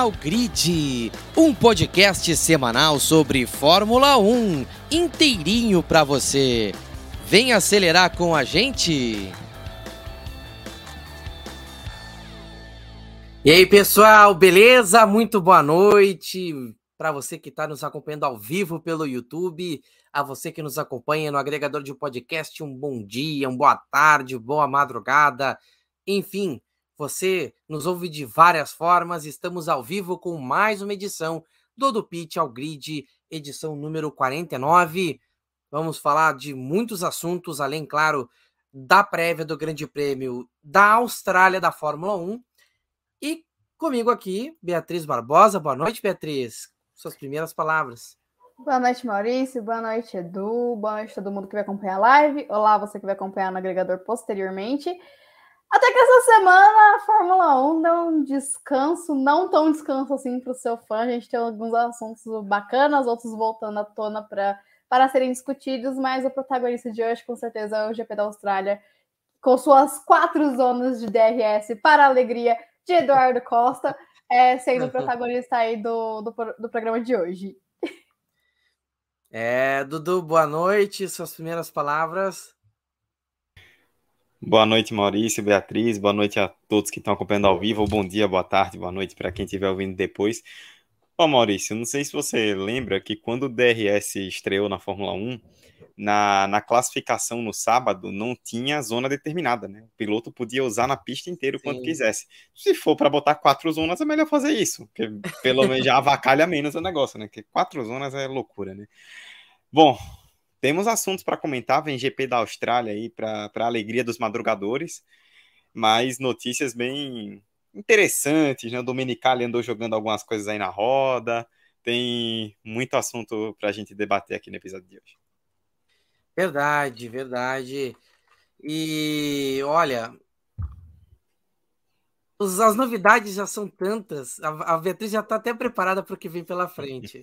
Ao Grid, um podcast semanal sobre Fórmula 1, inteirinho pra você. Vem acelerar com a gente! E aí, pessoal, beleza? Muito boa noite para você que está nos acompanhando ao vivo pelo YouTube, a você que nos acompanha no agregador de podcast, um bom dia, uma boa tarde, boa madrugada, enfim, você nos ouve de várias formas. Estamos ao vivo com mais uma edição do Pitch ao Grid, edição número 49. Vamos falar de muitos assuntos, além, claro, da prévia do Grande Prêmio da Austrália da Fórmula 1. E comigo aqui, Beatriz Barbosa. Boa noite, Beatriz. Suas primeiras palavras. Boa noite, Maurício. Boa noite, Edu. Boa noite a todo mundo que vai acompanhar a live. Olá, você que vai acompanhar no agregador posteriormente. Até que essa semana a Fórmula 1 deu um descanso, não tão descanso assim para o seu fã. A gente tem alguns assuntos bacanas, outros voltando à tona para serem discutidos, mas o protagonista de hoje, com certeza, é o GP da Austrália, com suas 4 zonas de DRS para a alegria de Eduardo Costa, sendo o protagonista aí do programa de hoje. Dudu, boa noite, suas primeiras palavras. Boa noite, Maurício, Beatriz, boa noite a todos que estão acompanhando ao vivo, bom dia, boa tarde, boa noite para quem estiver ouvindo depois. Maurício, não sei se você lembra que quando o DRS estreou na Fórmula 1, na classificação no sábado não tinha zona determinada, né? O piloto podia usar na pista inteira o quanto quisesse. Se for para botar 4 zonas, é melhor fazer isso, porque pelo menos já avacalha menos o negócio, né? Porque 4 zonas é loucura, né? Bom, temos assuntos para comentar, vem GP da Austrália aí para a alegria dos madrugadores, mas notícias bem interessantes, né? O Domenicali andou jogando algumas coisas aí na roda, tem muito assunto para a gente debater aqui no episódio de hoje. Verdade, verdade. E olha, as novidades já são tantas, a Beatriz já está até preparada para o que vem pela frente,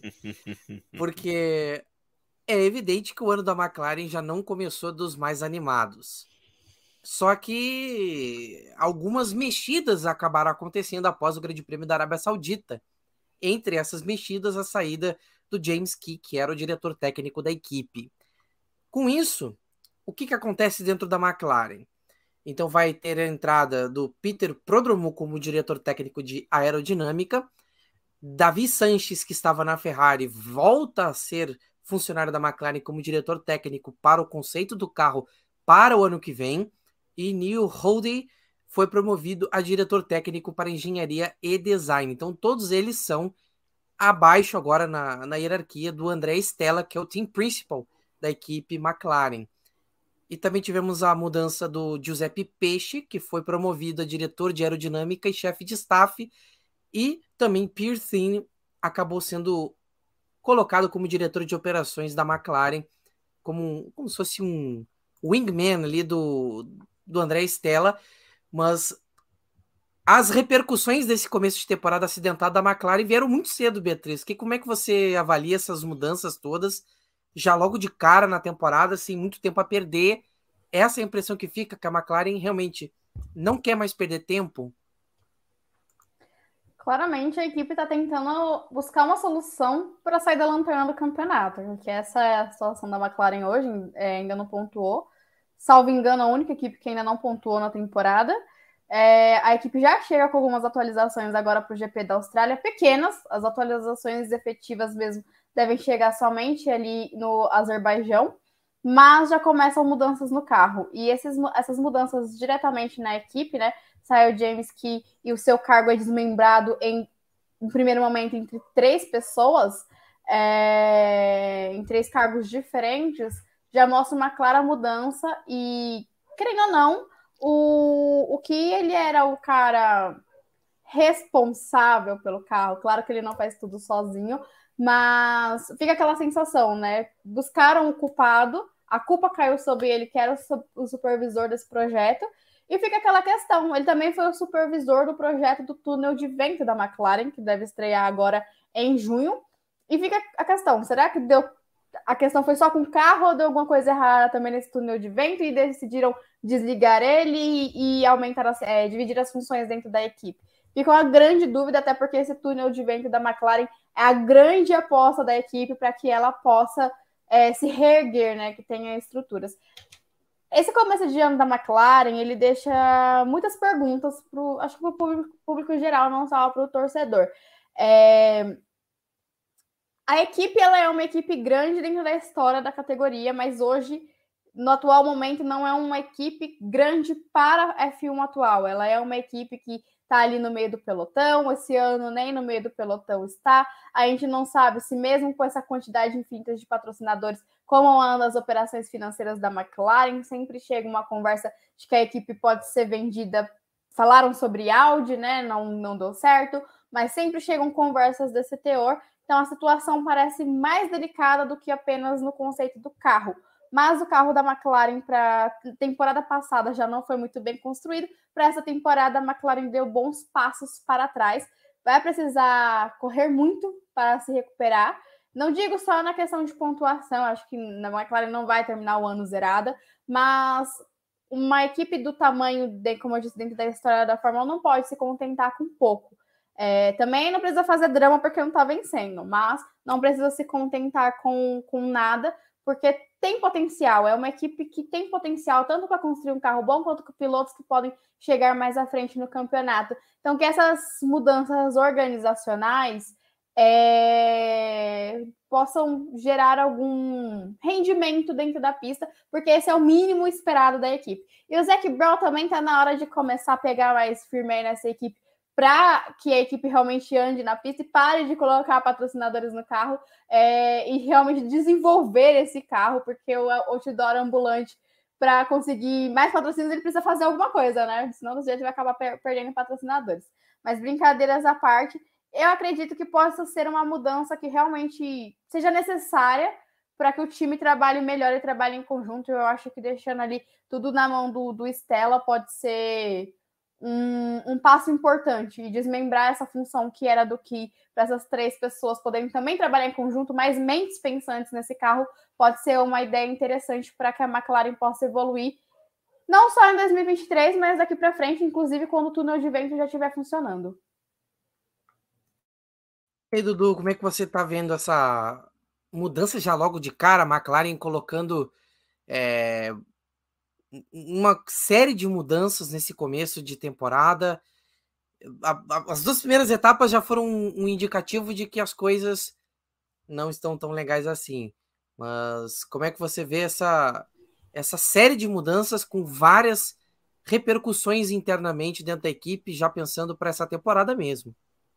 porque é evidente que o ano da McLaren já não começou dos mais animados. Só que algumas mexidas acabaram acontecendo após o Grande Prêmio da Arábia Saudita. Entre essas mexidas, a saída do James Key, que era o diretor técnico da equipe. Com isso, o que acontece dentro da McLaren? Então vai ter a entrada do Peter Prodromou como diretor técnico de aerodinâmica. Davi Sanches, que estava na Ferrari, volta a ser funcionário da McLaren como diretor técnico para o conceito do carro para o ano que vem. E Neil Holdey foi promovido a diretor técnico para engenharia e design. Então todos eles são abaixo agora na hierarquia do André Stella, que é o team principal da equipe McLaren. E também tivemos a mudança do Giuseppe Pesce, que foi promovido a diretor de aerodinâmica e chefe de staff. E também Pierre Thin acabou sendo colocado como diretor de operações da McLaren, como se fosse um wingman ali do André Stella. Mas as repercussões desse começo de temporada acidentado da McLaren vieram muito cedo, Beatriz. Como é que você avalia essas mudanças todas, já logo de cara na temporada, sem muito tempo a perder? Essa é a impressão que fica, que a McLaren realmente não quer mais perder tempo? Claramente a equipe está tentando buscar uma solução para sair da lanterna do campeonato, porque essa é a situação da McLaren hoje, ainda não pontuou. Salvo engano, a única equipe que ainda não pontuou na temporada. A equipe já chega com algumas atualizações agora para o GP da Austrália, pequenas, as atualizações efetivas mesmo devem chegar somente ali no Azerbaijão, mas já começam mudanças no carro. E essas mudanças diretamente na equipe, né? Sai o James Key e o seu cargo é desmembrado em primeiro momento entre 3 pessoas, em 3 cargos diferentes, já mostra uma clara mudança e, querendo ou não, o que ele era o cara responsável pelo carro, claro que ele não faz tudo sozinho, mas fica aquela sensação, né? Buscaram o culpado, a culpa caiu sobre ele, que era o supervisor desse projeto, e fica aquela questão, ele também foi o supervisor do projeto do túnel de vento da McLaren, que deve estrear agora em junho, e fica a questão, será que a questão foi só com o carro ou deu alguma coisa errada também nesse túnel de vento e decidiram desligar ele e aumentar dividir as funções dentro da equipe? Fica uma grande dúvida, até porque esse túnel de vento da McLaren é a grande aposta da equipe para que ela possa se reerguer, né, que tenha estruturas. Esse começo de ano da McLaren, ele deixa muitas perguntas, acho que para o público geral, não só para o torcedor. A equipe ela é uma equipe grande dentro da história da categoria, mas hoje, no atual momento, não é uma equipe grande para a F1 atual. Ela é uma equipe que está ali no meio do pelotão. Esse ano nem no meio do pelotão está. A gente não sabe se mesmo com essa quantidade infinita de patrocinadores, como andam as operações financeiras da McLaren, sempre chega uma conversa de que a equipe pode ser vendida. Falaram sobre Audi, né? Não deu certo, mas sempre chegam conversas desse teor. Então, a situação parece mais delicada do que apenas no conceito do carro. Mas o carro da McLaren para a temporada passada já não foi muito bem construído. Para essa temporada, a McLaren deu bons passos para trás. Vai precisar correr muito para se recuperar. Não digo só na questão de pontuação, acho que a McLaren não vai terminar o ano zerada, mas uma equipe do tamanho, como eu disse, dentro da história da Fórmula 1, não pode se contentar com pouco. Também não precisa fazer drama porque não está vencendo, mas não precisa se contentar com nada, porque tem potencial. É uma equipe que tem potencial tanto para construir um carro bom quanto com pilotos que podem chegar mais à frente no campeonato. Então, que essas mudanças organizacionais possam gerar algum rendimento dentro da pista, porque esse é o mínimo esperado da equipe. E o Zac Brown também está na hora de começar a pegar mais firme aí nessa equipe, para que a equipe realmente ande na pista e pare de colocar patrocinadores no carro e realmente desenvolver esse carro, porque o outdoor ambulante, para conseguir mais patrocínios, ele precisa fazer alguma coisa, né? Senão, do jeito, vai acabar perdendo patrocinadores. Mas, brincadeiras à parte, eu acredito que possa ser uma mudança que realmente seja necessária para que o time trabalhe melhor e trabalhe em conjunto. Eu acho que deixando ali tudo na mão do Stella pode ser um passo importante e desmembrar essa função que era do Ki para essas três pessoas poderem também trabalhar em conjunto, mais mentes pensantes nesse carro, pode ser uma ideia interessante para que a McLaren possa evoluir, não só em 2023, mas daqui para frente, inclusive quando o túnel de vento já estiver funcionando. E aí, Dudu, como é que você está vendo essa mudança já logo de cara, a McLaren colocando uma série de mudanças nesse começo de temporada? As duas primeiras etapas já foram um indicativo de que as coisas não estão tão legais assim. Mas como é que você vê essa série de mudanças com várias repercussões internamente dentro da equipe, já pensando para essa temporada mesmo?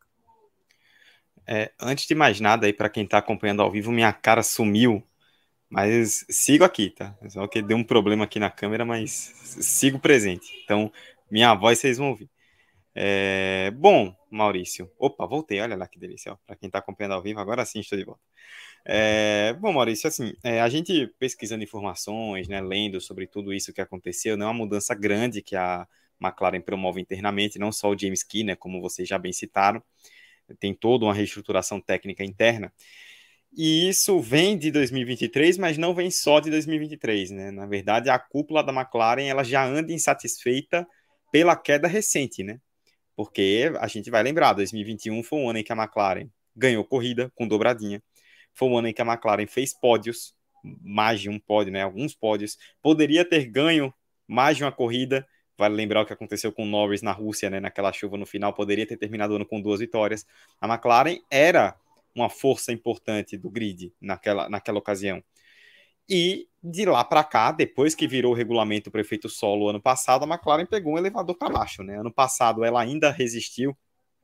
Antes de mais nada, aí para quem está acompanhando ao vivo, minha cara sumiu, mas sigo aqui, tá? Só que deu um problema aqui na câmera, mas sigo presente. Então, minha voz vocês vão ouvir. Bom, Maurício. Opa, voltei, olha lá que delícia. Para quem está acompanhando ao vivo, agora sim estou de volta. Bom, Maurício, assim, a gente pesquisando informações, né, lendo sobre tudo isso que aconteceu, não é uma mudança grande que a McLaren promove internamente, não só o James Key, né, como vocês já bem citaram, tem toda uma reestruturação técnica interna, e isso vem de 2023, mas não vem só de 2023, né? Na verdade, a cúpula da McLaren ela já anda insatisfeita pela queda recente, né? Porque a gente vai lembrar, 2021 foi um ano em que a McLaren ganhou corrida com dobradinha, foi um ano em que a McLaren fez pódios, mais de um pódio, né? Alguns pódios, poderia ter ganho mais de uma corrida. Vale lembrar o que aconteceu com o Norris na Rússia, né? Naquela chuva no final, poderia ter terminado o ano com 2 vitórias. A McLaren era uma força importante do grid naquela ocasião. E de lá para cá, depois que virou o regulamento para efeito solo ano passado, a McLaren pegou um elevador para baixo, né? Ano passado ela ainda resistiu,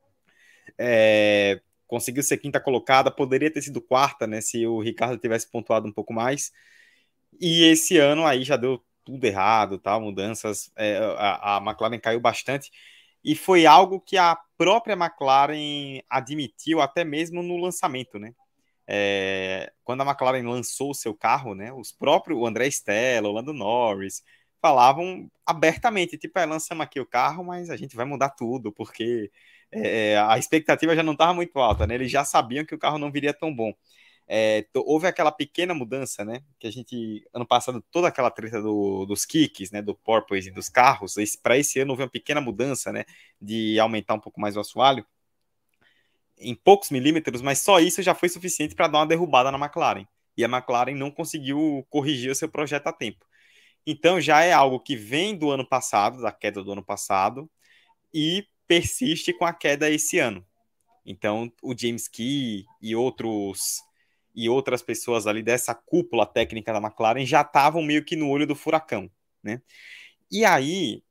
conseguiu ser quinta colocada, poderia ter sido quarta, né? Se o Ricardo tivesse pontuado um pouco mais. E esse ano aí já deu tudo errado, tá? Mudanças, a McLaren caiu bastante, e foi algo que a própria McLaren admitiu até mesmo no lançamento, né? Quando a McLaren lançou o seu carro, né? O André Stella, o Lando Norris, falavam abertamente, tipo, lançamos aqui o carro, mas a gente vai mudar tudo, porque a expectativa já não estava muito alta, né? Eles já sabiam que o carro não viria tão bom. houve aquela pequena mudança, né? Que a gente, ano passado, toda aquela treta dos kicks, né? Do porpoise e dos carros, para esse ano houve uma pequena mudança, né? De aumentar um pouco mais o assoalho, em poucos milímetros, mas só isso já foi suficiente para dar uma derrubada na McLaren. E a McLaren não conseguiu corrigir o seu projeto a tempo. Então já é algo que vem do ano passado, da queda do ano passado, e persiste com a queda esse ano. Então o James Key e outras pessoas ali dessa cúpula técnica da McLaren já estavam meio que no olho do furacão, né? E aí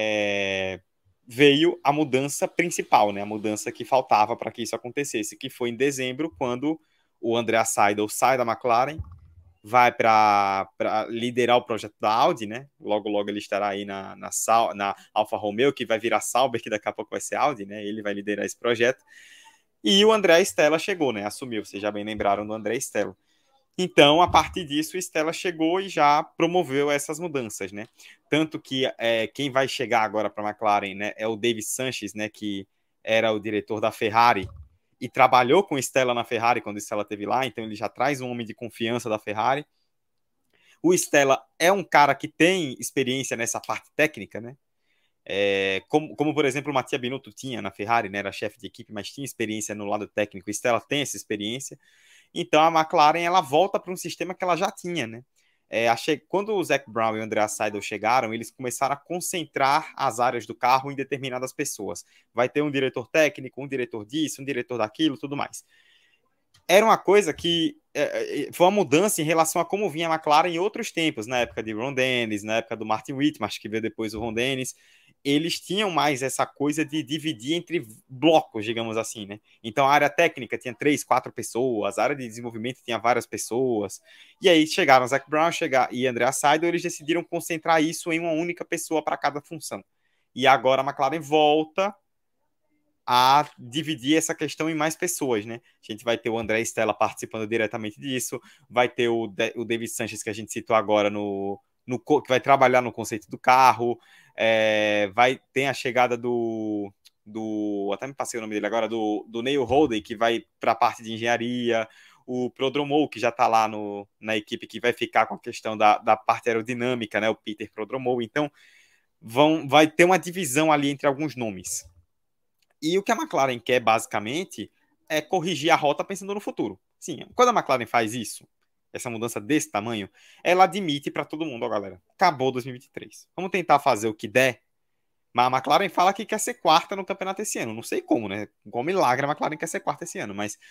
veio a mudança principal, né? A mudança que faltava para que isso acontecesse, que foi em dezembro, quando o Andrea Seidel sai da McLaren, vai para liderar o projeto da Audi, né? Logo, logo ele estará aí na Alfa Romeo, que vai virar Sauber, que daqui a pouco vai ser Audi, né? Ele vai liderar esse projeto. E o André Stella chegou, né? Assumiu, vocês já bem lembraram do André Stella. Então, a partir disso, o Stella chegou e já promoveu essas mudanças, né? Tanto que quem vai chegar agora para a McLaren, né, é o David Sanches, né, que era o diretor da Ferrari e trabalhou com o Stella na Ferrari quando o Stella esteve lá, então ele já traz um homem de confiança da Ferrari. O Stella é um cara que tem experiência nessa parte técnica, né? Como, por exemplo, o Mattia Binotto tinha na Ferrari, né? Era chefe de equipe, mas tinha experiência no lado técnico. O Stella tem essa experiência. Então a McLaren ela volta para um sistema que ela já tinha, né? Quando o Zac Brown e o Andrea Seidel chegaram, eles começaram a concentrar as áreas do carro em determinadas pessoas. Vai ter um diretor técnico, um diretor disso, um diretor daquilo, tudo mais. Era uma coisa que foi uma mudança em relação a como vinha a McLaren em outros tempos, na época de Ron Dennis, na época do Martin Whitmar, que veio depois o Ron Dennis. Eles tinham mais essa coisa de dividir entre blocos, digamos assim, né? Então a área técnica tinha 3, 4 pessoas, a área de desenvolvimento tinha várias pessoas, e aí chegaram Zac Brown e Andrea Seidel, eles decidiram concentrar isso em uma única pessoa para cada função. E agora a McLaren volta a dividir essa questão em mais pessoas, né? A gente vai ter o André Stella participando diretamente disso, vai ter o David Sanches, que a gente citou agora, que vai trabalhar no conceito do carro, tem a chegada até me passei o nome dele agora, do Neil Holden, que vai para a parte de engenharia, o Prodromou, que já está lá na equipe, que vai ficar com a questão da parte aerodinâmica, né? O Peter Prodromou. Então, vai ter uma divisão ali entre alguns nomes. E o que a McLaren quer, basicamente, é corrigir a rota pensando no futuro. Sim, quando a McLaren faz isso, essa mudança desse tamanho, ela admite para todo mundo, ó, galera, acabou 2023. Vamos tentar fazer o que der. Mas a McLaren fala que quer ser quarta no campeonato esse ano. Não sei como, né? Com milagre a McLaren quer ser quarta esse ano, mas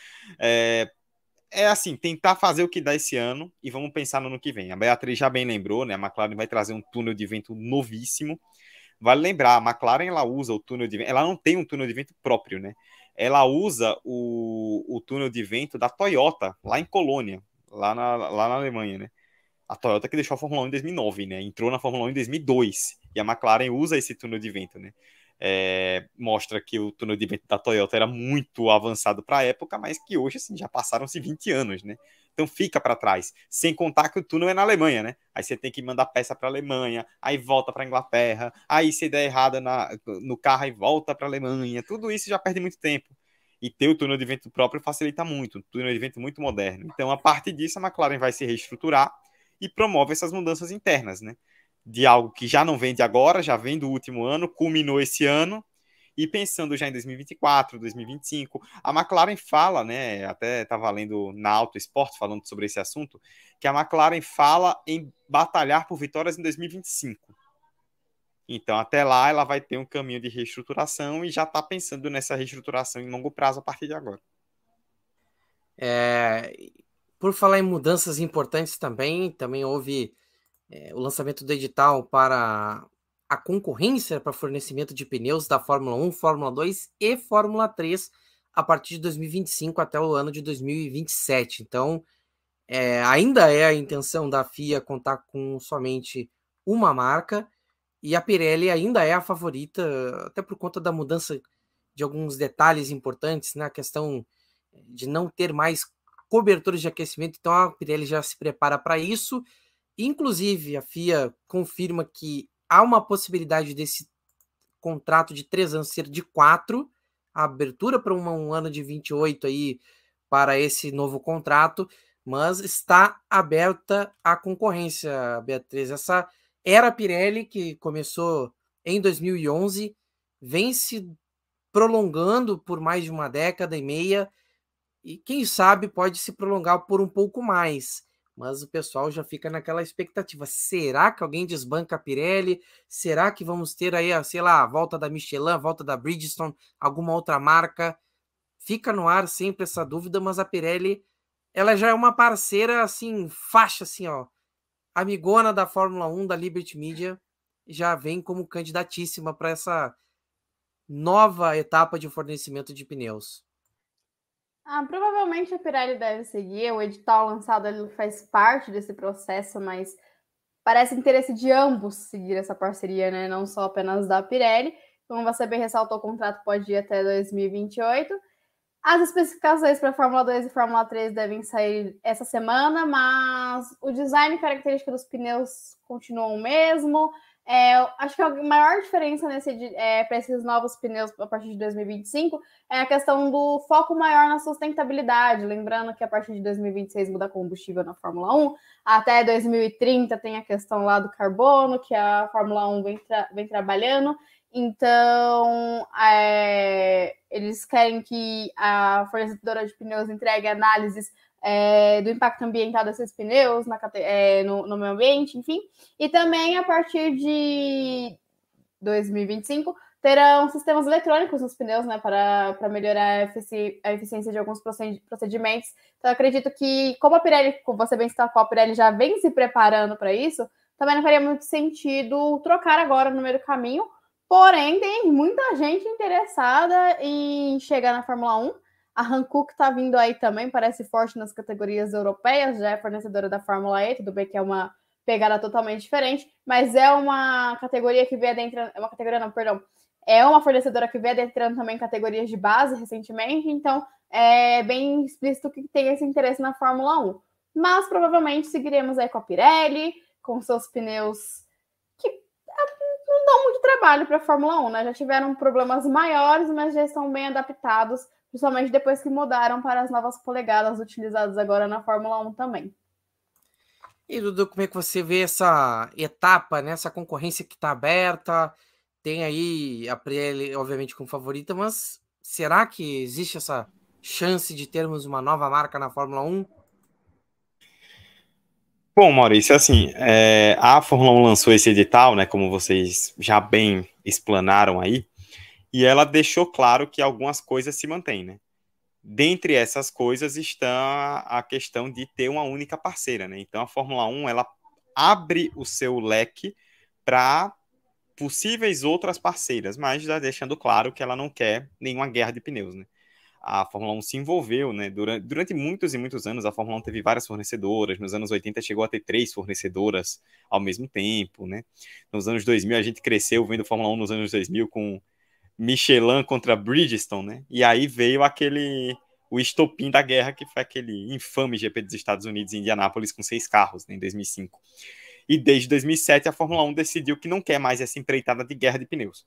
assim, tentar fazer o que dá esse ano e vamos pensar no ano que vem. A Beatriz já bem lembrou, né? A McLaren vai trazer um túnel de vento novíssimo. Vale lembrar, a McLaren ela usa o túnel de vento, ela não tem um túnel de vento próprio, né? Ela usa o túnel de vento da Toyota, lá em Colônia, lá na Alemanha, né? A Toyota que deixou a Fórmula 1 em 2009, né? Entrou na Fórmula 1 em 2002. E a McLaren usa esse túnel de vento, né? Mostra que o túnel de vento da Toyota era muito avançado para a época, mas que hoje, assim, já passaram-se 20 anos, né? Então fica para trás. Sem contar que o túnel é na Alemanha, né? Aí você tem que mandar peça para a Alemanha, aí volta para a Inglaterra, aí se der errada no carro, aí volta para a Alemanha. Tudo isso já perde muito tempo. E ter o túnel de vento próprio facilita muito, um túnel de vento muito moderno. Então, a partir disso, a McLaren vai se reestruturar e promove essas mudanças internas, né? De algo que já não vem de agora, já vem do último ano, culminou esse ano, e pensando já em 2024, 2025, a McLaren fala, né, até estava lendo na Auto Sport falando sobre esse assunto, que a McLaren fala em batalhar por vitórias em 2025. Então, até lá, ela vai ter um caminho de reestruturação e já está pensando nessa reestruturação em longo prazo a partir de agora. Por falar em mudanças importantes também houve o lançamento do edital para a concorrência para fornecimento de pneus da Fórmula 1, Fórmula 2 e Fórmula 3 a partir de 2025 até o ano de 2027. Então, ainda é a intenção da FIA contar com somente uma marca e a Pirelli ainda é a favorita, até por conta da mudança de alguns detalhes importantes, né? A questão de não ter mais cobertores de aquecimento, então a Pirelli já se prepara para isso. Inclusive, a FIA confirma que há uma possibilidade desse contrato de 3 anos ser de 4, a abertura para um ano de 28 aí para esse novo contrato, mas está aberta a concorrência, Beatriz. Essa era a Pirelli, que começou em 2011, vem se prolongando por mais de uma década e meia, e quem sabe pode se prolongar por um pouco mais. Mas o pessoal já fica naquela expectativa. Será que alguém desbanca a Pirelli? Será que vamos ter aí, sei lá, a volta da Michelin, a volta da Bridgestone, alguma outra marca? Fica no ar sempre essa dúvida, mas a Pirelli, ela já é uma parceira, assim, faixa, assim, ó, amigona da Fórmula 1, da Liberty Media, já vem como candidatíssima para essa nova etapa de fornecimento de pneus. Provavelmente a Pirelli deve seguir. O edital lançado ele faz parte desse processo, mas parece interesse de ambos seguir essa parceria, né? Não só apenas da Pirelli. Como você bem ressaltou, o contrato pode ir até 2028. As especificações para Fórmula 2 e Fórmula 3 devem sair essa semana, mas o design e característica dos pneus continuam o mesmo. Acho que a maior diferença para esses novos pneus a partir de 2025 é a questão do foco maior na sustentabilidade. Lembrando que a partir de 2026 muda combustível na Fórmula 1, até 2030 tem a questão lá do carbono, que a Fórmula 1 vem trabalhando. Então, eles querem que a fornecedora de pneus entregue análises do impacto ambiental desses pneus no meio ambiente, enfim. E também, a partir de 2025, terão sistemas eletrônicos nos pneus, né, para melhorar a eficiência de alguns procedimentos. Então, eu acredito que, como a Pirelli, como você bem destacou, a Pirelli já vem se preparando para isso, também não faria muito sentido trocar agora no meio do caminho. Porém, tem muita gente interessada em chegar na Fórmula 1. A Hankook está vindo aí também, parece forte nas categorias europeias, já é fornecedora da Fórmula E, tudo bem que é uma pegada totalmente diferente, mas é uma categoria que vem adentrando, é uma fornecedora que vem adentrando também categorias de base recentemente, então é bem explícito que tem esse interesse na Fórmula 1. Mas provavelmente seguiremos aí com a Pirelli, com seus pneus que não dão muito trabalho para a Fórmula 1, né? Já tiveram problemas maiores, mas já estão bem adaptados, principalmente depois que mudaram para as novas polegadas utilizadas agora na Fórmula 1 também. E, Dudu, como é que você vê essa etapa, né? Essa concorrência que está aberta? Tem aí a Pirelli, obviamente, como favorita, mas será que existe essa chance de termos uma nova marca na Fórmula 1? Bom, Maurício, assim, a Fórmula 1 lançou esse edital, né, como vocês já bem explanaram aí, e ela deixou claro que algumas coisas se mantêm, né? Dentre essas coisas está a questão de ter uma única parceira, né? Então a Fórmula 1, ela abre o seu leque para possíveis outras parceiras, mas já deixando claro que ela não quer nenhuma guerra de pneus, né? A Fórmula 1 se envolveu, né? Durante muitos e muitos anos, a Fórmula 1 teve várias fornecedoras. Nos anos 80 chegou a ter 3 fornecedoras ao mesmo tempo, né? Nos anos 2000 a gente cresceu vendo Fórmula 1 nos anos 2000 com Michelin contra Bridgestone, né? E aí veio o estopim da guerra, que foi aquele infame GP dos Estados Unidos em Indianápolis com 6 carros, né, em 2005. E desde 2007 a Fórmula 1 decidiu que não quer mais essa empreitada de guerra de pneus.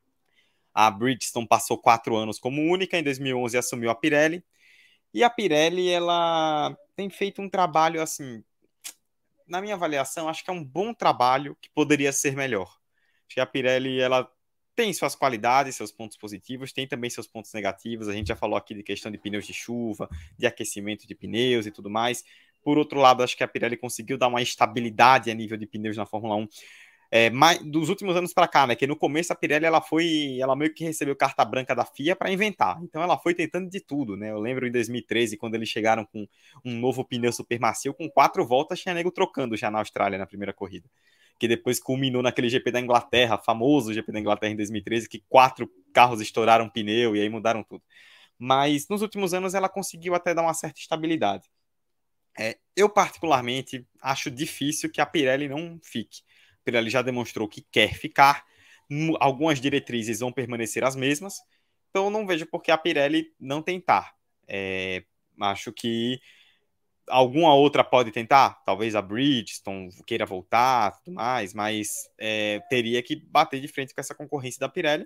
A Bridgestone passou 4 anos como única, em 2011 assumiu a Pirelli, e a Pirelli, ela tem feito um trabalho, assim, na minha avaliação, acho que é um bom trabalho que poderia ser melhor. Acho que a Pirelli, ela tem suas qualidades, seus pontos positivos, tem também seus pontos negativos. A gente já falou aqui de questão de pneus de chuva, de aquecimento de pneus e tudo mais. Por outro lado, acho que a Pirelli conseguiu dar uma estabilidade a nível de pneus na Fórmula 1 dos últimos anos para cá, né? Que no começo a Pirelli ela meio que recebeu carta branca da FIA para inventar. Então ela foi tentando de tudo, né? Eu lembro em 2013, quando eles chegaram com um novo pneu super macio, com 4 voltas, tinha nego trocando já na Austrália na primeira corrida. Que depois culminou naquele GP da Inglaterra, famoso GP da Inglaterra em 2013, que 4 carros estouraram pneu e aí mudaram tudo. Mas nos últimos anos ela conseguiu até dar uma certa estabilidade. Eu particularmente acho difícil que a Pirelli não fique. A Pirelli já demonstrou que quer ficar, algumas diretrizes vão permanecer as mesmas, então eu não vejo por que a Pirelli não tentar. Acho que alguma outra pode tentar, talvez a Bridgestone queira voltar, tudo mais, mas teria que bater de frente com essa concorrência da Pirelli,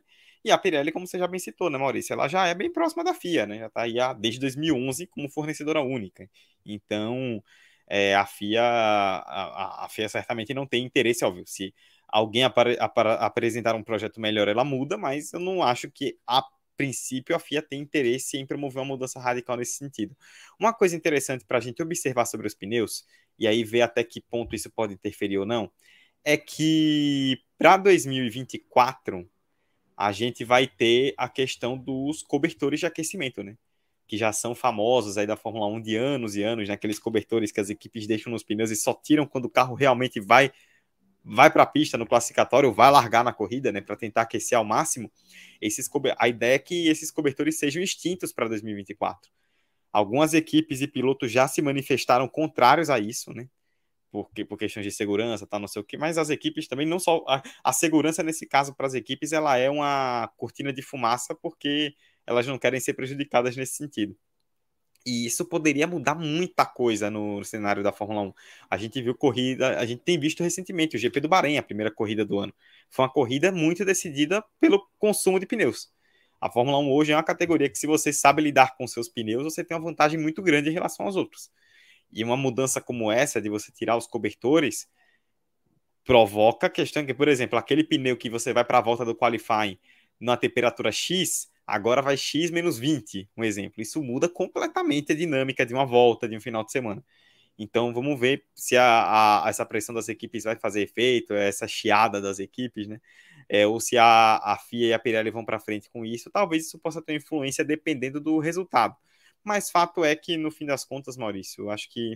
E a Pirelli, como você já bem citou, né, Maurício, ela já é bem próxima da FIA, né? Já está aí desde 2011 como fornecedora única. Então, a FIA, a FIA certamente não tem interesse, óbvio. Se alguém apresentar um projeto melhor, ela muda, mas eu não acho que a princípio a FIA tem interesse em promover uma mudança radical nesse sentido. Uma coisa interessante para a gente observar sobre os pneus, e aí ver até que ponto isso pode interferir ou não, é que para 2024 a gente vai ter a questão dos cobertores de aquecimento, né? Que já são famosos aí da Fórmula 1 de anos e anos, né? Aqueles cobertores que as equipes deixam nos pneus e só tiram quando o carro realmente vai para a pista no classificatório, vai largar na corrida, né, para tentar aquecer ao máximo. A ideia é que esses cobertores sejam extintos para 2024. Algumas equipes e pilotos já se manifestaram contrários a isso, né? Por questões de segurança, tá, não sei o que, mas as equipes também, não só a segurança nesse caso para as equipes, ela é uma cortina de fumaça porque elas não querem ser prejudicadas nesse sentido. E isso poderia mudar muita coisa no cenário da Fórmula 1. A gente viu corrida, a gente tem visto recentemente o GP do Bahrein, a primeira corrida do ano. Foi uma corrida muito decidida pelo consumo de pneus. A Fórmula 1 hoje é uma categoria que, se você sabe lidar com seus pneus, você tem uma vantagem muito grande em relação aos outros. E uma mudança como essa, de você tirar os cobertores, provoca a questão que, por exemplo, aquele pneu que você vai para a volta do qualifying na temperatura X, agora vai X menos 20, um exemplo. Isso muda completamente a dinâmica de uma volta, de um final de semana. Então, vamos ver se essa pressão das equipes vai fazer efeito, essa chiada das equipes, né? Ou se a FIA e a Pirelli vão para frente com isso. Talvez isso possa ter influência dependendo do resultado. Mas fato é que, no fim das contas, Maurício, eu acho que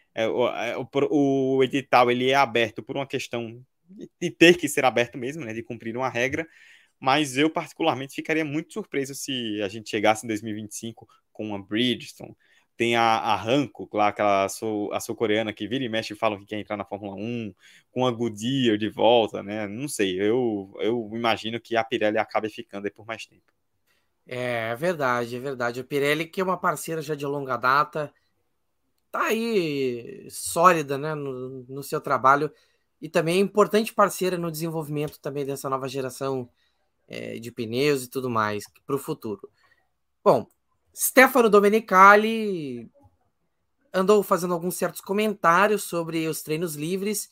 o edital ele é aberto por uma questão de ter que ser aberto mesmo, né, de cumprir uma regra, mas eu particularmente ficaria muito surpreso se a gente chegasse em 2025 com uma Bridgestone, tem a Hankook lá, a sul-coreana que vira e mexe e falam que quer entrar na Fórmula 1, com a Goodyear de volta, né, não sei, eu imagino que a Pirelli acabe ficando aí por mais tempo. É verdade, é verdade. A Pirelli, que é uma parceira já de longa data, tá aí sólida, né, no seu trabalho, e também é importante parceira no desenvolvimento também dessa nova geração de pneus e tudo mais para o futuro. Bom, Stefano Domenicali andou fazendo alguns certos comentários sobre os treinos livres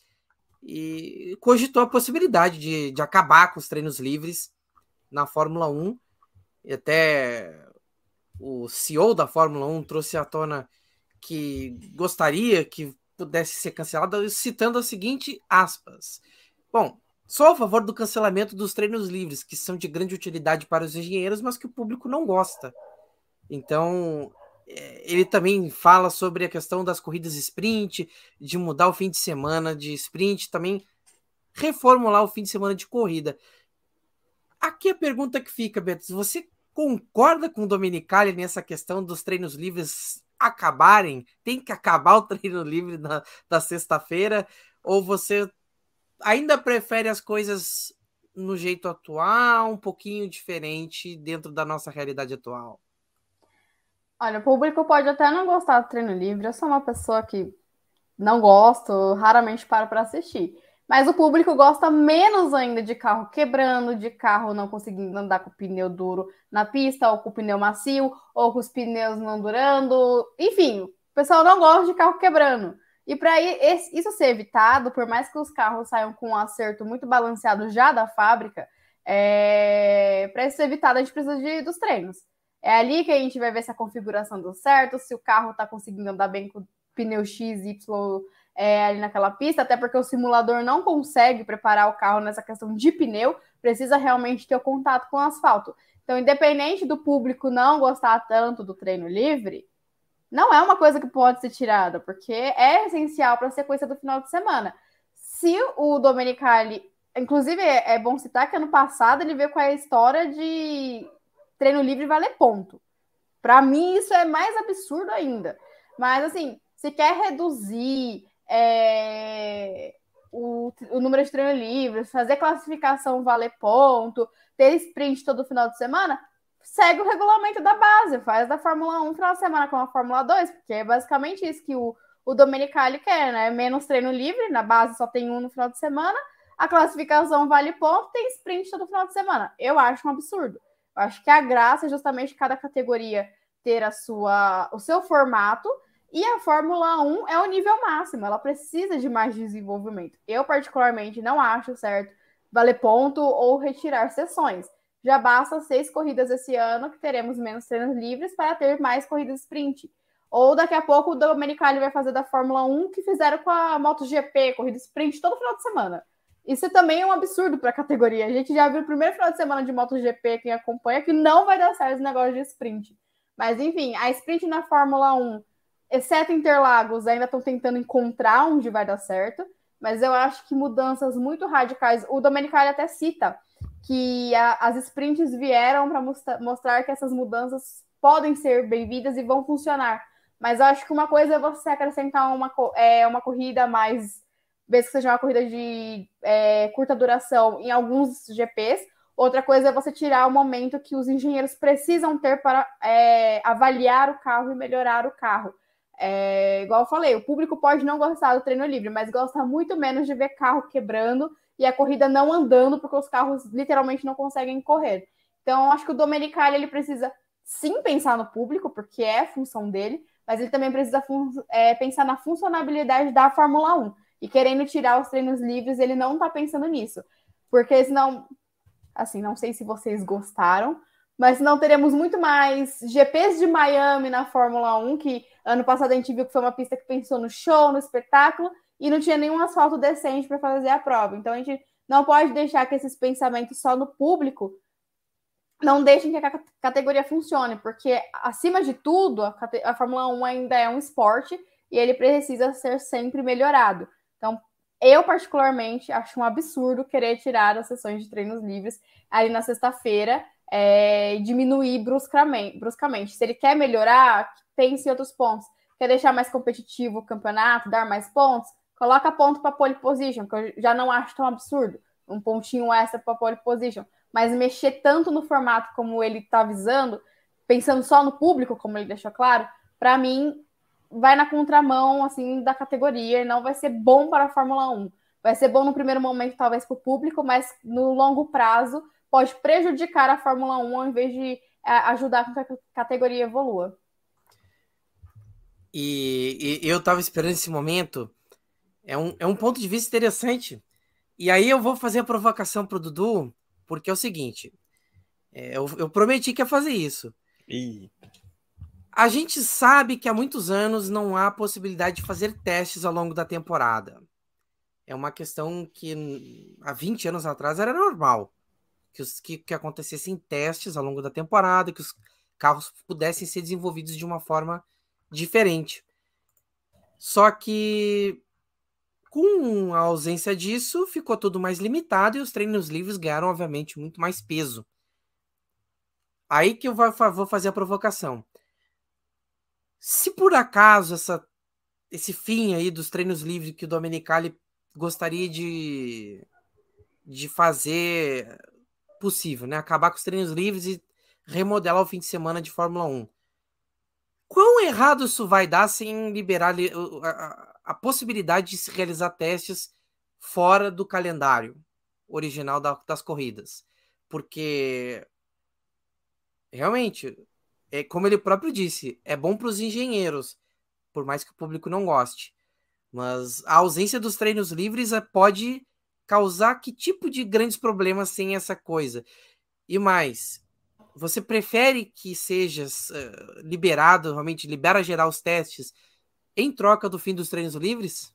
e cogitou a possibilidade de acabar com os treinos livres na Fórmula 1. E até o CEO da Fórmula 1 trouxe à tona que gostaria que pudesse ser cancelado, citando a seguinte aspas. Bom, sou a favor do cancelamento dos treinos livres, que são de grande utilidade para os engenheiros, mas que o público não gosta. Então, ele também fala sobre a questão das corridas sprint, de mudar o fim de semana de sprint, também reformular o fim de semana de corrida. Aqui a pergunta que fica, Beto, você concorda com o Domenicali nessa questão dos treinos livres acabarem? Tem que acabar o treino livre da sexta-feira? Ou você ainda prefere as coisas no jeito atual, um pouquinho diferente dentro da nossa realidade atual? Olha, o público pode até não gostar do treino livre. Eu sou uma pessoa que não gosto, raramente paro para assistir. Mas o público gosta menos ainda de carro quebrando, de carro não conseguindo andar com o pneu duro na pista, ou com o pneu macio, ou com os pneus não durando. Enfim, o pessoal não gosta de carro quebrando. E para isso ser evitado, por mais que os carros saiam com um acerto muito balanceado já da fábrica, para isso ser evitado, a gente precisa dos treinos. É ali que a gente vai ver se a configuração deu certo, se o carro está conseguindo andar bem com o pneu X, Y ali naquela pista, até porque o simulador não consegue preparar o carro nessa questão de pneu, precisa realmente ter o contato com o asfalto. Então, independente do público não gostar tanto do treino livre, não é uma coisa que pode ser tirada, porque é essencial para a sequência do final de semana. Se o Domenicali, inclusive é bom citar que ano passado ele veio com a história de treino livre valer ponto. Para mim, isso é mais absurdo ainda. Mas, assim, se quer reduzir o número de treino livre, fazer classificação valer ponto, ter sprint todo final de semana, segue o regulamento da base, faz da Fórmula 1 final de semana com a Fórmula 2, porque é basicamente isso que o Domenicali quer, né? Menos treino livre, na base só tem um no final de semana, a classificação vale ponto, tem sprint todo final de semana. Eu acho um absurdo. Eu acho que a graça é justamente cada categoria ter o seu formato, e a Fórmula 1 é o nível máximo, ela precisa de mais desenvolvimento. Eu, particularmente, não acho certo valer ponto ou retirar sessões. Já basta 6 corridas esse ano, que teremos menos treinos livres para ter mais corridas sprint. Ou daqui a pouco o Domenicali vai fazer da Fórmula 1 que fizeram com a MotoGP, corrida sprint todo final de semana. Isso também é um absurdo para a categoria. A gente já viu o primeiro final de semana de MotoGP, quem acompanha, que não vai dar certo esse negócio de sprint. Mas, enfim, a sprint na Fórmula 1, exceto Interlagos, ainda estão tentando encontrar onde vai dar certo. Mas eu acho que mudanças muito radicais. O Domenicali até cita que as sprints vieram para mostrar que essas mudanças podem ser bem-vindas e vão funcionar. Mas eu acho que uma coisa é você acrescentar uma corrida mais, mesmo que seja uma corrida de curta duração em alguns GPs. Outra coisa é você tirar o momento que os engenheiros precisam ter para avaliar o carro e melhorar o carro. Igual eu falei, o público pode não gostar do treino livre, mas gosta muito menos de ver carro quebrando e a corrida não andando, porque os carros literalmente não conseguem correr. Então, acho que o Domenicali ele precisa sim pensar no público, porque é a função dele, mas ele também precisa pensar na funcionalidade da Fórmula 1. E querendo tirar os treinos livres, ele não está pensando nisso. Porque senão, assim, não sei se vocês gostaram, mas não teremos muito mais GPs de Miami na Fórmula 1, que ano passado a gente viu que foi uma pista que pensou no show, no espetáculo, e não tinha nenhum asfalto decente para fazer a prova. Então a gente não pode deixar que esses pensamentos só no público não deixem que a categoria funcione, porque acima de tudo, a Fórmula 1 ainda é um esporte e ele precisa ser sempre melhorado. Então, eu particularmente acho um absurdo querer tirar as sessões de treinos livres ali na sexta-feira e diminuir bruscamente. Se ele quer melhorar, pense em outros pontos. Quer deixar mais competitivo o campeonato, dar mais pontos? Coloca ponto para pole position, que eu já não acho tão absurdo. Um pontinho extra para pole position. Mas mexer tanto no formato como ele está visando, pensando só no público, como ele deixou claro, para mim vai na contramão assim da categoria e não vai ser bom para a Fórmula 1. Vai ser bom no primeiro momento, talvez, para o público, mas no longo prazo pode prejudicar a Fórmula 1 ao invés de ajudar com que a categoria evolua. E eu estava esperando esse momento. É um ponto de vista interessante. E aí eu vou fazer a provocação para o Dudu, porque é o seguinte, eu prometi que ia fazer isso. A gente sabe que há muitos anos não há possibilidade de fazer testes ao longo da temporada. É uma questão que há 20 anos atrás era normal, que acontecessem testes ao longo da temporada, que os carros pudessem ser desenvolvidos de uma forma diferente. Só que com a ausência disso, ficou tudo mais limitado e os treinos livres ganharam, obviamente, muito mais peso. Aí que eu vou fazer a provocação. Se por acaso esse fim aí dos treinos livres que o Domenicali gostaria de fazer possível, né? Acabar com os treinos livres e remodelar o fim de semana de Fórmula 1. Quão errado isso vai dar sem liberar a possibilidade de se realizar testes fora do calendário original das corridas? Porque, realmente, como ele próprio disse, é bom para os engenheiros, por mais que o público não goste. Mas a ausência dos treinos livres pode causar que tipo de grandes problemas sem essa coisa? E mais, você prefere que seja liberado, realmente libera geral os testes em troca do fim dos treinos livres?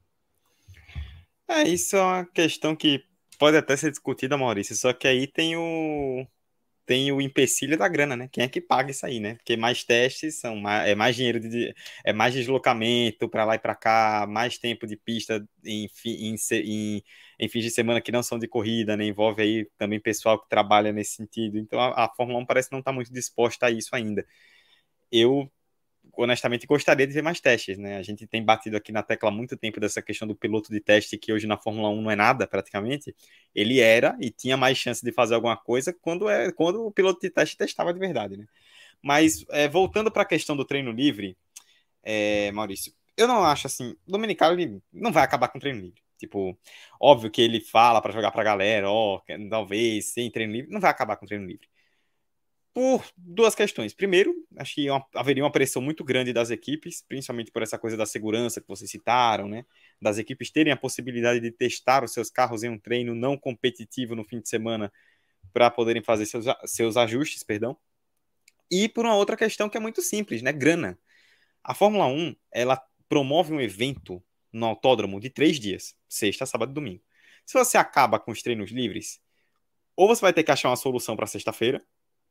Isso é uma questão que pode até ser discutida, Maurício, só que aí tem o empecilho da grana, né? Quem é que paga isso aí, né? Porque mais testes é mais dinheiro, é mais deslocamento para lá e para cá, mais tempo de pista em fins de semana que não são de corrida, né? Envolve aí também pessoal que trabalha nesse sentido. Então a Fórmula 1 parece não estar muito disposta a isso ainda. Eu honestamente gostaria de ver mais testes, né? A gente tem batido aqui na tecla há muito tempo dessa questão do piloto de teste, que hoje na Fórmula 1 não é nada, praticamente. Ele era e tinha mais chance de fazer alguma coisa quando o piloto de teste testava de verdade, né? Mas, voltando para a questão do treino livre, Maurício, eu não acho assim, o Domenicali não vai acabar com o treino livre. Tipo, óbvio que ele fala pra jogar pra galera, talvez sem treino livre, não vai acabar com treino livre. Por duas questões. Primeiro, acho que haveria uma pressão muito grande das equipes, principalmente por essa coisa da segurança que vocês citaram, né? Das equipes terem a possibilidade de testar os seus carros em um treino não competitivo no fim de semana para poderem fazer seus ajustes, perdão. E por uma outra questão que é muito simples, né? Grana. A Fórmula 1, ela promove um evento no autódromo de 3 dias, sexta, sábado e domingo. Se você acaba com os treinos livres, ou você vai ter que achar uma solução para sexta-feira,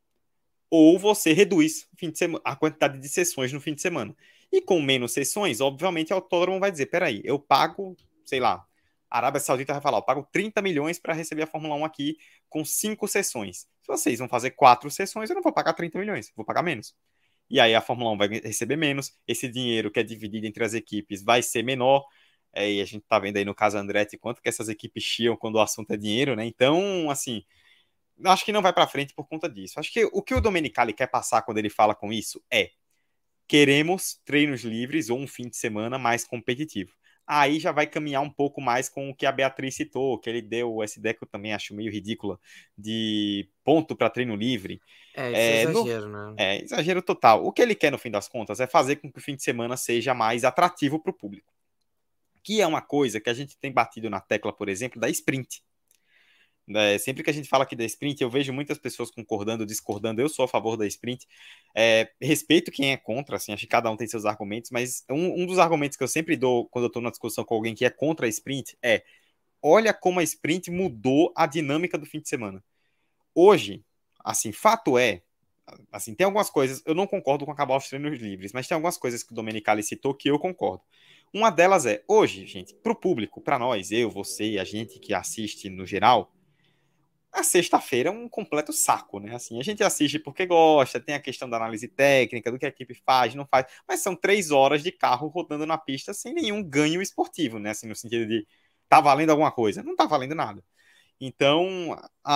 ou você reduz a quantidade de sessões no fim de semana. E com menos sessões, obviamente, o autódromo vai dizer, peraí, eu pago, sei lá, a Arábia Saudita vai falar, eu pago 30 milhões para receber a Fórmula 1 aqui com 5 sessões. Se vocês vão fazer 4 sessões, eu não vou pagar 30 milhões, vou pagar menos. E aí a Fórmula 1 vai receber menos, esse dinheiro que é dividido entre as equipes vai ser menor, e a gente tá vendo aí no caso Andretti quanto que essas equipes chiam quando o assunto é dinheiro, né? Então, assim, acho que não vai para frente por conta disso. Acho que o que o Domenicali quer passar quando ele fala com isso é: queremos treinos livres ou um fim de semana mais competitivo. Aí já vai caminhar um pouco mais com o que a Beatriz citou, que ele deu essa ideia que eu também acho meio ridícula, de ponto para treino livre. Isso é exagero, né? Exagero total. O que ele quer, no fim das contas, é fazer com que o fim de semana seja mais atrativo para o público. Que é uma coisa que a gente tem batido na tecla, por exemplo, da sprint. Sempre que a gente fala aqui da sprint, eu vejo muitas pessoas concordando, discordando. Eu sou a favor da sprint. Respeito quem é contra, assim, acho que cada um tem seus argumentos, mas um dos argumentos que eu sempre dou quando eu estou na discussão com alguém que é contra a sprint é: olha como a sprint mudou a dinâmica do fim de semana. Hoje, assim, fato é, assim, tem algumas coisas, eu não concordo com acabar os treinos livres, mas tem algumas coisas que o Domenicali citou que eu concordo. Uma delas é, hoje, gente, para o público, para nós, eu, você e a gente que assiste no geral, a sexta-feira é um completo saco, né? Assim, a gente assiste porque gosta, tem a questão da análise técnica, do que a equipe faz, não faz, mas são 3 horas de carro rodando na pista sem nenhum ganho esportivo, né? Assim, no sentido de tá valendo alguma coisa. Não tá valendo nada. Então,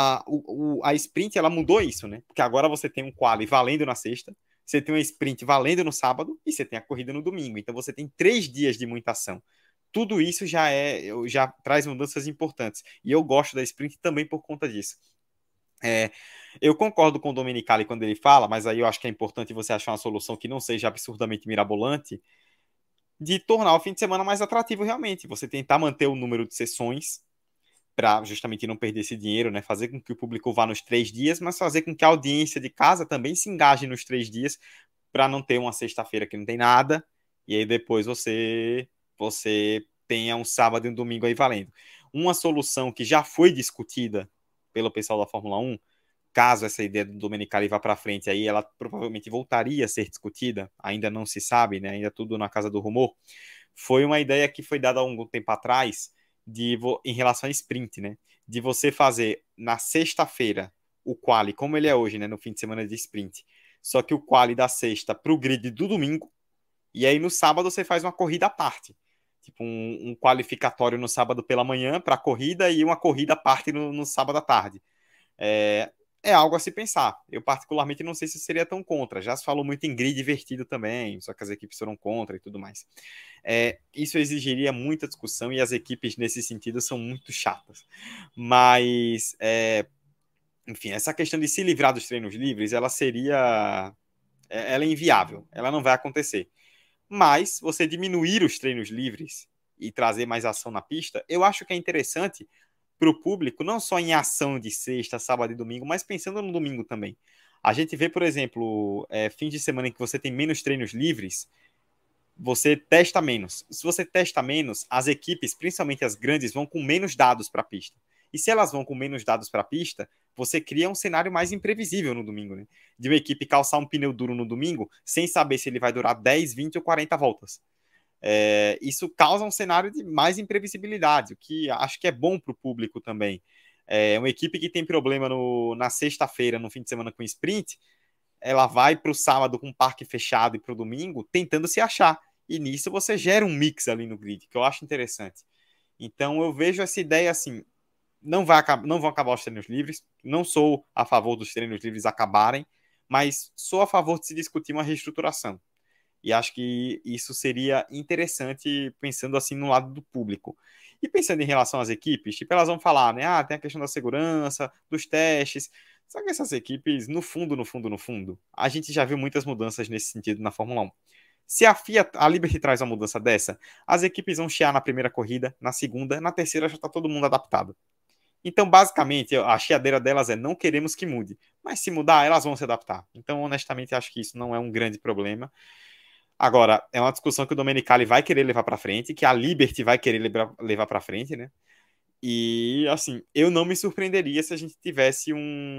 a sprint, ela mudou isso, né? Porque agora você tem um quali valendo na sexta, você tem uma sprint valendo no sábado e você tem a corrida no domingo. Então, você tem 3 dias de muita ação. Tudo isso já traz mudanças importantes. E eu gosto da sprint também por conta disso. Eu concordo com o Domenicali quando ele fala, mas aí eu acho que é importante você achar uma solução que não seja absurdamente mirabolante, de tornar o fim de semana mais atrativo realmente. Você tentar manter o número de sessões para justamente não perder esse dinheiro, né? Fazer com que o público vá nos 3 dias, mas fazer com que a audiência de casa também se engaje nos 3 dias, para não ter uma sexta-feira que não tem nada, e aí depois você tenha um sábado e um domingo aí valendo. Uma solução que já foi discutida pelo pessoal da Fórmula 1, caso essa ideia do Domenicali vá para frente, aí ela provavelmente voltaria a ser discutida, ainda não se sabe, né? Ainda tudo na casa do rumor. Foi uma ideia que foi dada há algum tempo atrás em relação a sprint, né? De você fazer na sexta-feira o quali, como ele é hoje, né? No fim de semana de sprint. Só que o quali da sexta para o grid do domingo, e aí no sábado você faz uma corrida à parte. Tipo um qualificatório no sábado pela manhã para a corrida e uma corrida à parte no sábado à tarde. É algo a se pensar. Eu, particularmente, não sei se seria tão contra. Já se falou muito em grid divertido também, só que as equipes foram contra e tudo mais. Isso exigiria muita discussão e as equipes, nesse sentido, são muito chatas. Mas, enfim, essa questão de se livrar dos treinos livres, ela é inviável. Ela não vai acontecer. Mas, você diminuir os treinos livres e trazer mais ação na pista, eu acho que é interessante para o público, não só em ação de sexta, sábado e domingo, mas pensando no domingo também. A gente vê, por exemplo, fim de semana em que você tem menos treinos livres, você testa menos. Se você testa menos, as equipes, principalmente as grandes, vão com menos dados para a pista. E se elas vão com menos dados para a pista, você cria um cenário mais imprevisível no domingo, né? De uma equipe calçar um pneu duro no domingo, sem saber se ele vai durar 10, 20 ou 40 voltas. Isso causa um cenário de mais imprevisibilidade, o que acho que é bom para o público também. Uma equipe que tem problema na sexta-feira, no fim de semana com sprint, ela vai para o sábado com o parque fechado e para o domingo tentando se achar. E nisso você gera um mix ali no grid, que eu acho interessante. Então eu vejo essa ideia assim, não vão acabar os treinos livres, não sou a favor dos treinos livres acabarem, mas sou a favor de se discutir uma reestruturação. E acho que isso seria interessante pensando assim no lado do público. E pensando em relação às equipes, tipo, elas vão falar, né? Ah, tem a questão da segurança, dos testes. Só que essas equipes, no fundo, a gente já viu muitas mudanças nesse sentido na Fórmula 1. Se a Liberty traz uma mudança dessa, as equipes vão chiar na primeira corrida, na segunda, na terceira já está todo mundo adaptado. Então, basicamente, a chiadeira delas é não queremos que mude. Mas se mudar, elas vão se adaptar. Então, honestamente, acho que isso não é um grande problema. Agora, é uma discussão que o Domenicali vai querer levar para frente, que a Liberty vai querer levar para frente, né? E, assim, eu não me surpreenderia se a gente tivesse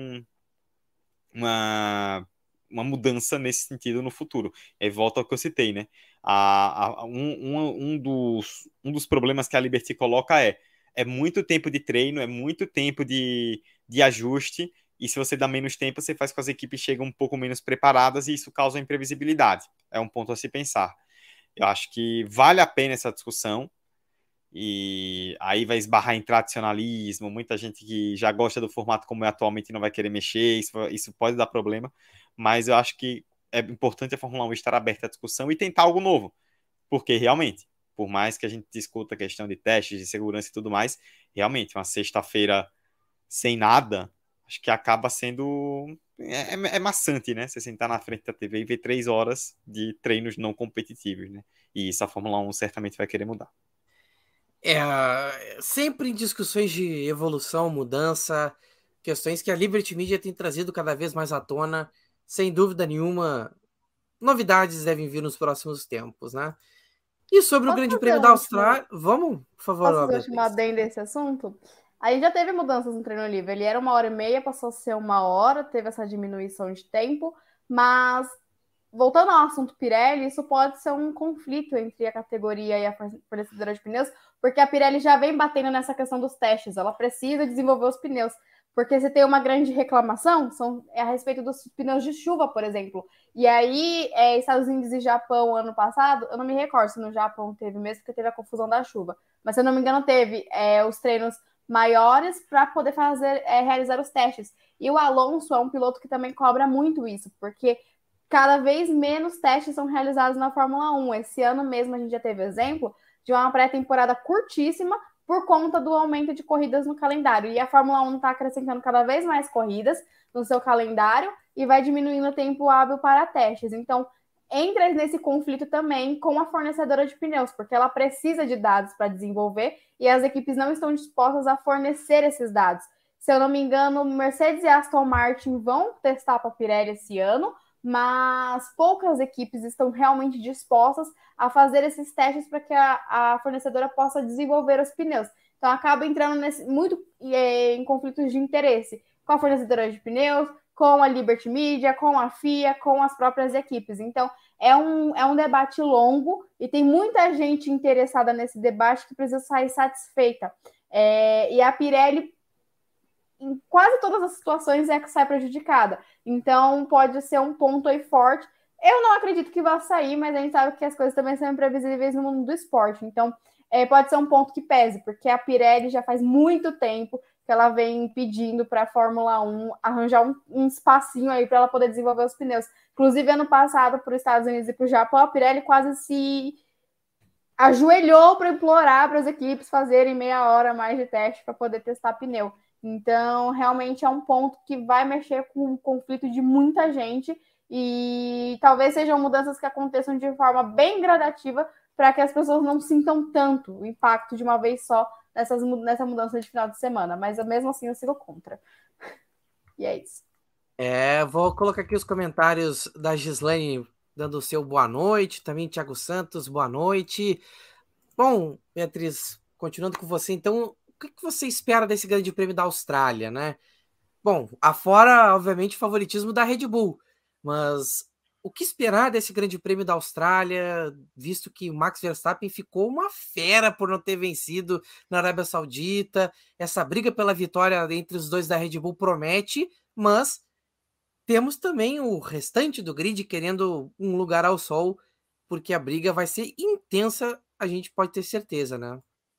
uma mudança nesse sentido no futuro. E volta ao que eu citei, né? Um dos problemas que a Liberty coloca é muito tempo de treino, é muito tempo de ajuste, e se você dá menos tempo, você faz com que as equipes cheguem um pouco menos preparadas, e isso causa imprevisibilidade. É um ponto a se pensar. Eu acho que vale a pena essa discussão, e aí vai esbarrar em tradicionalismo, muita gente que já gosta do formato como é atualmente não vai querer mexer, isso pode dar problema, mas eu acho que é importante a Fórmula 1 estar aberta à discussão e tentar algo novo, porque realmente, por mais que a gente discuta a questão de testes, de segurança e tudo mais, realmente, uma sexta-feira sem nada, acho que acaba sendo... É maçante, né? Você sentar na frente da TV e ver 3 horas de treinos não competitivos, né? E isso a Fórmula 1 certamente vai querer mudar. Sempre em discussões de evolução, mudança, questões que a Liberty Media tem trazido cada vez mais à tona, sem dúvida nenhuma, novidades devem vir nos próximos tempos, né? E sobre o Posso Grande fazer Prêmio da Austrália, vamos, por favor, Posso fazer um último Beatriz. adendo desse assunto? Aí já teve mudanças no treino livre. Ele era 1h30, passou a ser 1 hora, teve essa diminuição de tempo, mas voltando ao assunto Pirelli, isso pode ser um conflito entre a categoria e a fornecedora de pneus, porque a Pirelli já vem batendo nessa questão dos testes, ela precisa desenvolver os pneus, porque se tem uma grande reclamação, é a respeito dos pneus de chuva, por exemplo. E aí, Estados Unidos e Japão, ano passado, eu não me recordo se no Japão teve mesmo, porque teve a confusão da chuva, mas se eu não me engano, teve os treinos maiores para poder realizar os testes. E o Alonso é um piloto que também cobra muito isso, porque cada vez menos testes são realizados na Fórmula 1. Esse ano mesmo a gente já teve exemplo de uma pré-temporada curtíssima por conta do aumento de corridas no calendário. E a Fórmula 1 está acrescentando cada vez mais corridas no seu calendário e vai diminuindo o tempo hábil para testes. Então, entra nesse conflito também com a fornecedora de pneus, porque ela precisa de dados para desenvolver e as equipes não estão dispostas a fornecer esses dados. Se eu não me engano, Mercedes e Aston Martin vão testar para a Pirelli esse ano, mas poucas equipes estão realmente dispostas a fazer esses testes para que a fornecedora possa desenvolver os pneus. Então, acaba entrando muito em conflitos de interesse com a fornecedora de pneus, com a Liberty Media, com a FIA, com as próprias equipes. Então, é um debate longo e tem muita gente interessada nesse debate que precisa sair satisfeita. E a Pirelli, em quase todas as situações, é que sai prejudicada. Então, pode ser um ponto aí forte. Eu não acredito que vá sair, mas a gente sabe que as coisas também são imprevisíveis no mundo do esporte. Então, pode ser um ponto que pese, porque a Pirelli já faz muito tempo que ela vem pedindo para a Fórmula 1 arranjar um espacinho aí para ela poder desenvolver os pneus. Inclusive, ano passado, para os Estados Unidos e para o Japão, a Pirelli quase se ajoelhou para implorar para as equipes fazerem meia hora a mais de teste para poder testar pneu. Então, realmente é um ponto que vai mexer com o conflito de muita gente e talvez sejam mudanças que aconteçam de forma bem gradativa para que as pessoas não sintam tanto o impacto de uma vez só nessa mudança de final de semana. Mas mesmo assim eu sigo contra. E é isso. Vou colocar aqui os comentários da Gislaine dando o seu boa noite, também Thiago Santos, boa noite. Bom, Beatriz, continuando com você, então, o que você espera desse Grande Prêmio da Austrália, né? Bom, afora, obviamente, o favoritismo da Red Bull, mas o que esperar desse Grande Prêmio da Austrália, visto que o Max Verstappen ficou uma fera por não ter vencido na Arábia Saudita, essa briga pela vitória entre os dois da Red Bull promete, mas temos também o restante do grid querendo um lugar ao sol, porque a briga vai ser intensa, a gente pode ter certeza, né?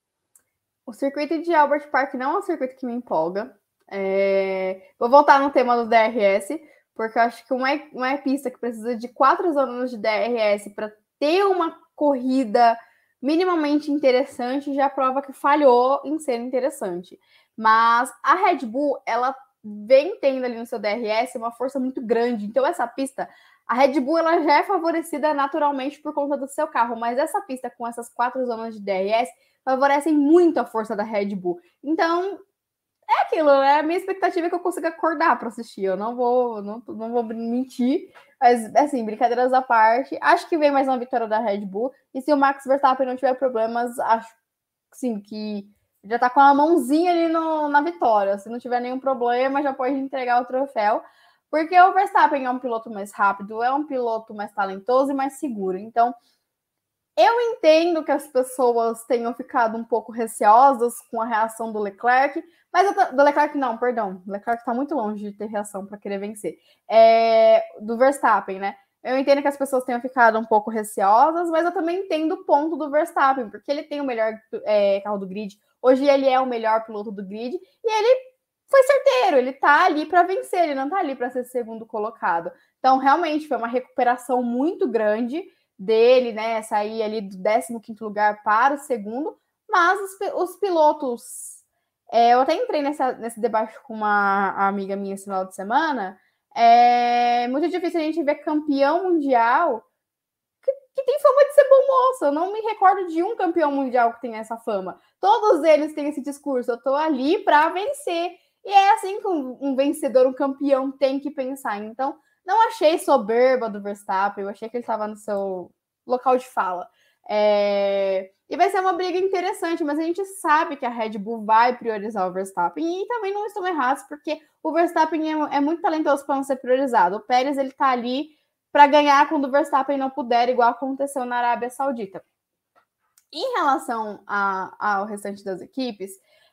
O circuito de Albert Park não é um circuito que me empolga. Vou voltar no tema do DRS, porque eu acho que uma pista que precisa de 4 zonas de DRS para ter uma corrida minimamente interessante, já prova que falhou em ser interessante. Mas a Red Bull, ela vem tendo ali no seu DRS uma força muito grande. Então, essa pista, a Red Bull ela já é favorecida naturalmente por conta do seu carro, mas essa pista com essas 4 zonas de DRS favorecem muito a força da Red Bull. Então, é aquilo, né? A minha expectativa é que eu consiga acordar para assistir. Eu não vou mentir. Mas, assim, brincadeiras à parte, acho que vem mais uma vitória da Red Bull. E se o Max Verstappen não tiver problemas, acho sim, que já tá com a mãozinha ali na vitória. Se não tiver nenhum problema, já pode entregar o troféu. Porque o Verstappen é um piloto mais rápido, é um piloto mais talentoso e mais seguro. Então, eu entendo que as pessoas tenham ficado um pouco receosas com a reação do Leclerc, mas do Leclerc não, perdão. O Leclerc está muito longe de ter reação para querer vencer. Do Verstappen, né? Eu entendo que as pessoas tenham ficado um pouco receosas, mas eu também entendo o ponto do Verstappen, porque ele tem o melhor carro do grid. Hoje ele é o melhor piloto do grid e ele foi certeiro, ele tá ali para vencer, ele não tá ali para ser segundo colocado. Então, realmente, foi uma recuperação muito grande dele, né, sair ali do 15º lugar para o segundo, mas os pilotos, eu até entrei nesse debate com uma amiga minha esse final de semana, é muito difícil a gente ver campeão mundial que tem fama de ser bom moço. Eu não me recordo de um campeão mundial que tem essa fama. Todos eles têm esse discurso, eu tô ali para vencer. E é assim que um vencedor, um campeão tem que pensar. Então, não achei soberba do Verstappen, eu achei que ele estava no seu local de fala. E vai ser uma briga interessante, mas a gente sabe que a Red Bull vai priorizar o Verstappen e também não estão errados, porque o Verstappen é muito talentoso para não ser priorizado. O Pérez, ele tá ali para ganhar quando o Verstappen não puder, igual aconteceu na Arábia Saudita. Em relação ao restante das equipes,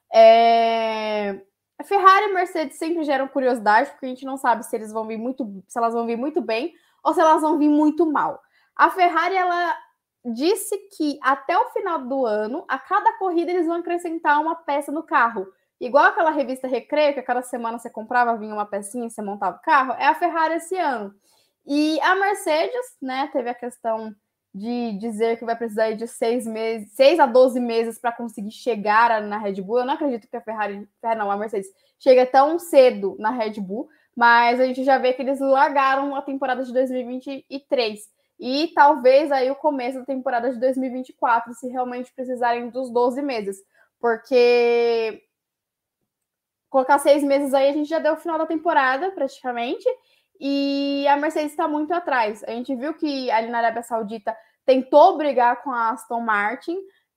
a Ferrari e a Mercedes sempre geram curiosidade, porque a gente não sabe se elas vão vir muito bem ou se elas vão vir muito mal. A Ferrari, ela disse que até o final do ano, a cada corrida eles vão acrescentar uma peça no carro. Igual aquela revista Recreio, que a cada semana você comprava, vinha uma pecinha e você montava o carro, é a Ferrari esse ano. E a Mercedes, né, teve a questão de dizer que vai precisar de 6 a 12 meses para conseguir chegar na Red Bull. Eu não acredito que a Mercedes chega tão cedo na Red Bull, mas a gente já vê que eles largaram a temporada de 2023 e talvez aí o começo da temporada de 2024, se realmente precisarem dos 12 meses, porque colocar 6 meses aí, a gente já deu o final da temporada praticamente, e a Mercedes está muito atrás. A gente viu que ali na Arábia Saudita tentou brigar com a Aston Martin,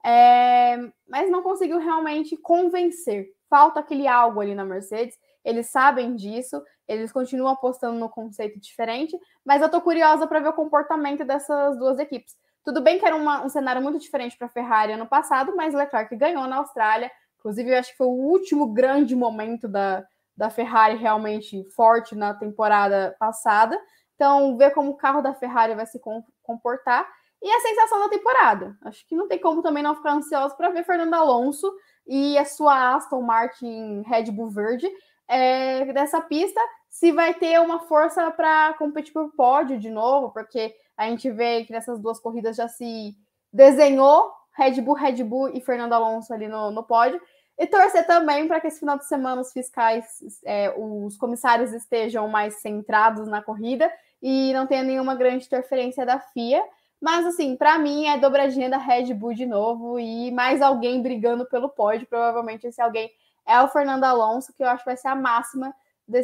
mas não conseguiu realmente convencer. Falta aquele algo ali na Mercedes, eles sabem disso, eles continuam apostando no conceito diferente, mas eu tô curiosa para ver o comportamento dessas duas equipes. Tudo bem que era um cenário muito diferente para a Ferrari ano passado, mas Leclerc ganhou na Austrália. Inclusive, eu acho que foi o último grande momento da Ferrari realmente forte na temporada passada. Então, ver como o carro da Ferrari vai se comportar. E a sensação da temporada. Acho que não tem como também não ficar ansioso para ver Fernando Alonso e a sua Aston Martin Red Bull Verde dessa pista, se vai ter uma força para competir por pódio de novo, porque a gente vê que nessas duas corridas já se desenhou Red Bull e Fernando Alonso ali no pódio. E torcer também para que esse final de semana os fiscais, os comissários estejam mais centrados na corrida e não tenha nenhuma grande interferência da FIA. Mas, assim, para mim é dobradinha da Red Bull de novo e mais alguém brigando pelo pódio. Provavelmente esse alguém é o Fernando Alonso, que eu acho que vai ser a máxima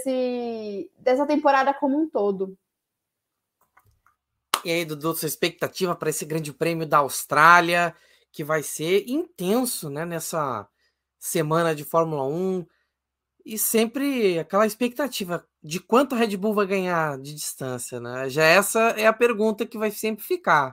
dessa temporada como um todo. E aí, Dudu, sua expectativa para esse grande prêmio da Austrália, que vai ser intenso, né, nessa semana de Fórmula 1, e sempre aquela expectativa de quanto a Red Bull vai ganhar de distância, né? Já essa é a pergunta que vai sempre ficar.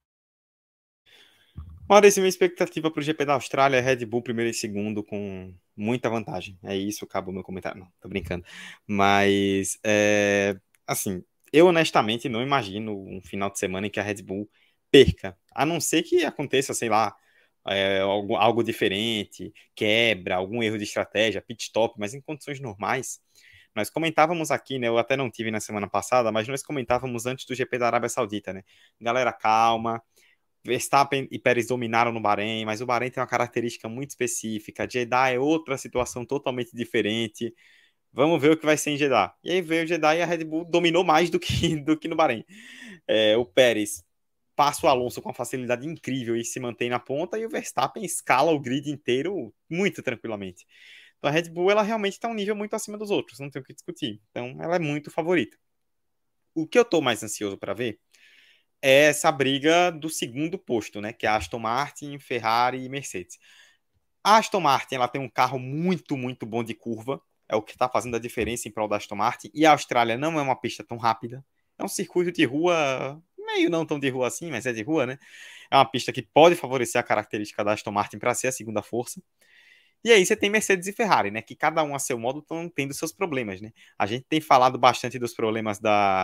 Maurício, minha expectativa para o GP da Austrália é Red Bull primeiro e segundo com muita vantagem. É isso, acabou meu comentário. Não, tô brincando. Mas, assim, eu honestamente não imagino um final de semana em que a Red Bull perca. A não ser que aconteça, sei lá, algo diferente, quebra, algum erro de estratégia, pit stop, mas em condições normais. Nós comentávamos aqui, né? Eu até não tive na semana passada, mas nós comentávamos antes do GP da Arábia Saudita, né? Galera, calma. Verstappen e Pérez dominaram no Bahrein, mas o Bahrein tem uma característica muito específica. Jeddah é outra situação totalmente diferente. Vamos ver o que vai ser em Jeddah. E aí veio o Jeddah e a Red Bull dominou mais do que no Bahrein. O Pérez passa o Alonso com uma facilidade incrível e se mantém na ponta, e o Verstappen escala o grid inteiro muito tranquilamente. Então a Red Bull ela realmente está um nível muito acima dos outros, não tem o que discutir. Então ela é muito favorita. O que eu estou mais ansioso para ver é essa briga do segundo posto, né? Que é Aston Martin, Ferrari e Mercedes. A Aston Martin ela tem um carro muito, muito bom de curva. É o que está fazendo a diferença em prol da Aston Martin. E a Austrália não é uma pista tão rápida. É um circuito de rua, meio não tão de rua assim, mas é de rua, né? É uma pista que pode favorecer a característica da Aston Martin para ser a segunda força. E aí você tem Mercedes e Ferrari, né? Que cada um a seu modo estão tendo seus problemas, né? A gente tem falado bastante dos problemas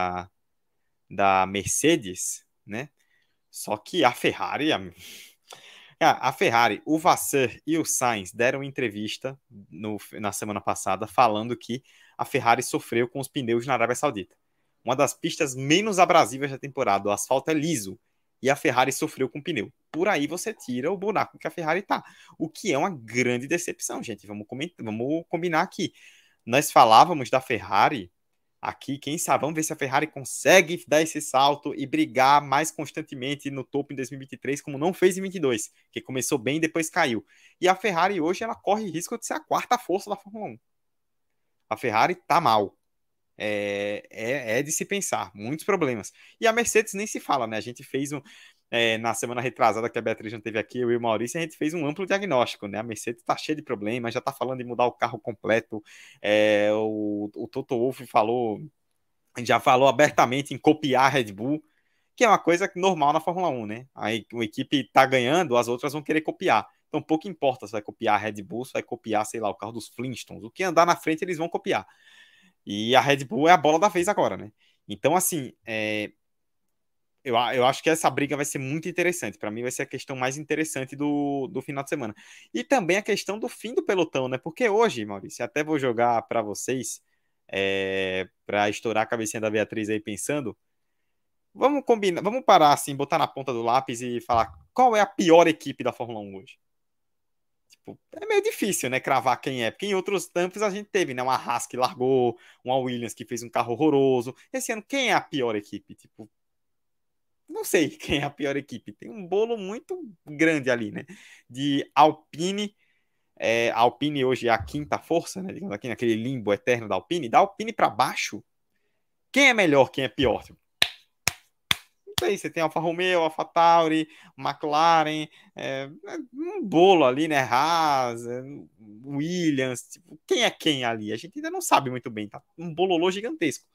da Mercedes, né? Só que a Ferrari, a Ferrari, o Vasseur e o Sainz deram entrevista na semana passada falando que a Ferrari sofreu com os pneus na Arábia Saudita. Uma das pistas menos abrasivas da temporada. O asfalto é liso e a Ferrari sofreu com pneu. Por aí você tira o buraco que a Ferrari tá. O que é uma grande decepção, gente. Vamos combinar aqui. Nós falávamos da Ferrari aqui, quem sabe, vamos ver se a Ferrari consegue dar esse salto e brigar mais constantemente no topo em 2023, como não fez em 2022, que começou bem e depois caiu. E a Ferrari hoje, ela corre risco de ser a quarta força da Fórmula 1. A Ferrari tá mal. É de se pensar, muitos problemas. E a Mercedes nem se fala, né? A gente fez na semana retrasada que a Beatriz não teve aqui, eu e o Maurício, a gente fez um amplo diagnóstico, né? A Mercedes tá cheia de problemas, já tá falando de mudar o carro completo. O Toto Wolff já falou abertamente em copiar a Red Bull, que é uma coisa normal na Fórmula 1, né? Aí uma equipe tá ganhando, as outras vão querer copiar. Então pouco importa se vai copiar a Red Bull, se vai copiar, sei lá, o carro dos Flintstones. O que andar na frente eles vão copiar. E a Red Bull é a bola da vez agora, né? Então, assim, eu acho que essa briga vai ser muito interessante. Para mim, vai ser a questão mais interessante do final de semana. E também a questão do fim do pelotão, né? Porque hoje, Maurício, até vou jogar para vocês, para estourar a cabecinha da Beatriz aí pensando. Vamos combinar, vamos parar assim, botar na ponta do lápis e falar qual é a pior equipe da Fórmula 1 hoje. Tipo, é meio difícil, né, cravar quem é, porque em outros tempos a gente teve, né, uma Haas que largou, uma Williams que fez um carro horroroso. Esse ano, quem é a pior equipe? Tipo, não sei quem é a pior equipe. Tem um bolo muito grande ali, né, de Alpine. A Alpine hoje é a quinta força, né, digamos aqui, naquele limbo eterno da Alpine para baixo. Quem é melhor, quem é pior? Tipo, aí você tem Alfa Romeo, Alfa Tauri, McLaren, um bolo ali, né? Haas, Williams, tipo, quem é quem ali? A gente ainda não sabe muito bem, tá? Um bololô gigantesco.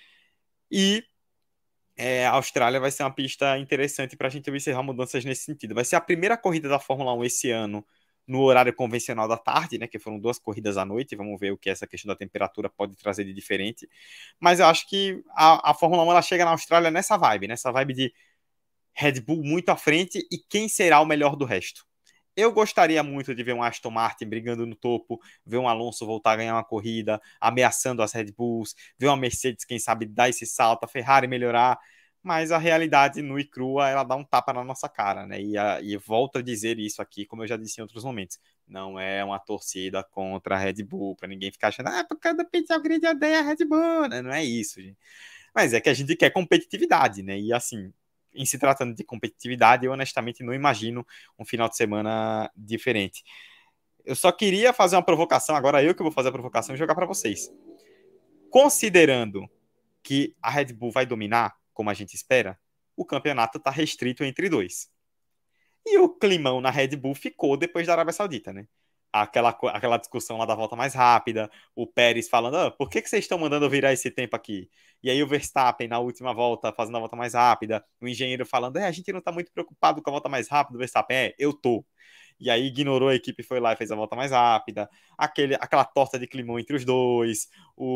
E a Austrália vai ser uma pista interessante para a gente observar mudanças nesse sentido. Vai ser a primeira corrida da Fórmula 1 esse ano no horário convencional da tarde, né? Que foram 2 corridas à noite. Vamos ver o que essa questão da temperatura pode trazer de diferente. Mas eu acho que a Fórmula 1 ela chega na Austrália nessa vibe de Red Bull muito à frente e quem será o melhor do resto. Eu gostaria muito de ver um Aston Martin brigando no topo, ver um Alonso voltar a ganhar uma corrida, ameaçando as Red Bulls, ver uma Mercedes, quem sabe, dar esse salto, a Ferrari melhorar, mas a realidade nua e crua, ela dá um tapa na nossa cara, né? E volto a dizer isso aqui, como eu já disse em outros momentos, não é uma torcida contra a Red Bull, para ninguém ficar achando, por causa do Pit Grid odeia a Red Bull, né? Não é isso, gente. Mas é que a gente quer competitividade, né? E assim, em se tratando de competitividade, eu honestamente não imagino um final de semana diferente. Eu só queria fazer uma provocação, agora eu que vou fazer a provocação e jogar para vocês. Considerando que a Red Bull vai dominar, como a gente espera, o campeonato está restrito entre dois. E o climão na Red Bull ficou depois da Arábia Saudita, né? Aquela discussão lá da volta mais rápida, o Pérez falando, por que vocês estão mandando eu virar esse tempo aqui? E aí o Verstappen na última volta, fazendo a volta mais rápida, o engenheiro falando, a gente não tá muito preocupado com a volta mais rápida, o Verstappen, eu tô. E aí ignorou a equipe, foi lá e fez a volta mais rápida, aquela torta de climão entre os dois,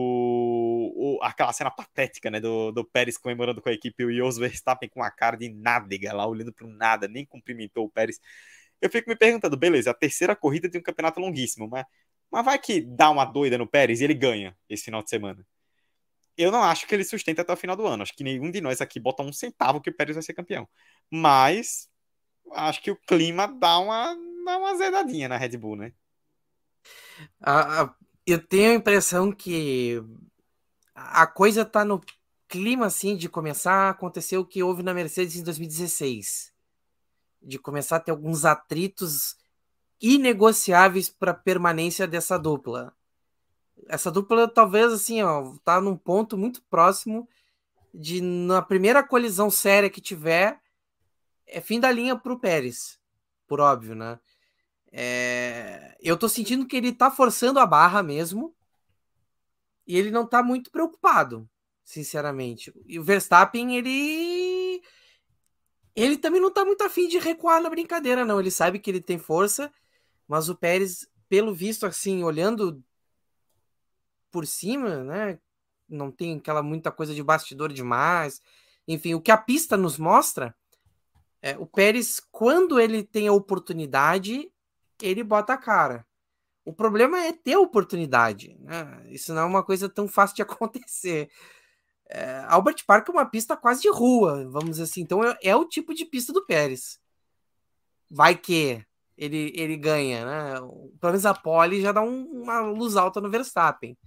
aquela cena patética, né, do Pérez comemorando com a equipe, e o Verstappen com a cara de nádega lá, olhando pro nada, nem cumprimentou o Pérez. Eu fico me perguntando, beleza, a terceira corrida de um campeonato longuíssimo, mas vai que dá uma doida no Pérez e ele ganha esse final de semana. Eu não acho que ele sustenta até o final do ano. Acho que nenhum de nós aqui bota um centavo que o Pérez vai ser campeão. Mas acho que o clima dá uma azedadinha na Red Bull, né? Eu tenho a impressão que a coisa tá no clima assim de começar a acontecer o que houve na Mercedes em 2016, de começar a ter alguns atritos inegociáveis para permanência dessa dupla. Essa dupla talvez assim, ó, tá num ponto muito próximo de na primeira colisão séria que tiver, é fim da linha pro Pérez, por óbvio, né? Eu tô sentindo que ele tá forçando a barra mesmo e ele não tá muito preocupado, sinceramente. E o Verstappen, ele também não tá muito afim de recuar na brincadeira, não. Ele sabe que ele tem força, mas o Pérez, pelo visto, assim, olhando por cima, né? Não tem aquela muita coisa de bastidor demais. Enfim, o que a pista nos mostra o Pérez, quando ele tem a oportunidade, ele bota a cara. O problema é ter oportunidade, né? Isso não é uma coisa tão fácil de acontecer. Albert Park é uma pista quase de rua, vamos dizer assim. Então é o tipo de pista do Pérez. Vai que ele ganha, né? Pelo menos a pole já dá uma luz alta no Verstappen.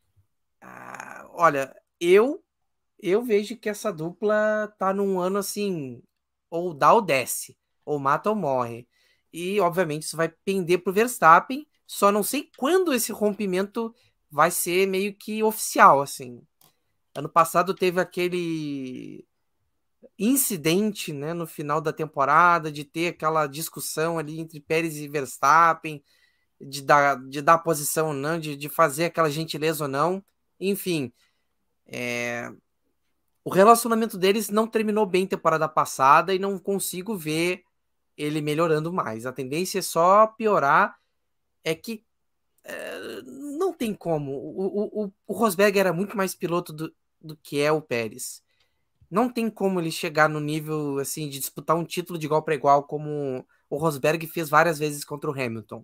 Olha, eu vejo que essa dupla tá num ano assim, ou dá ou desce, ou mata ou morre. E, obviamente, isso vai pender pro Verstappen. Só não sei quando esse rompimento vai ser meio que oficial, assim. Ano passado teve aquele incidente, né, no final da temporada, de ter aquela discussão ali entre Pérez e Verstappen, de dar posição ou não, de fazer aquela gentileza ou não. Enfim, o relacionamento deles não terminou bem temporada passada e não consigo ver ele melhorando mais. A tendência é só piorar. É que não tem como. O Rosberg era muito mais piloto do que é o Pérez. Não tem como ele chegar no nível assim de disputar um título de igual para igual como o Rosberg fez várias vezes contra o Hamilton.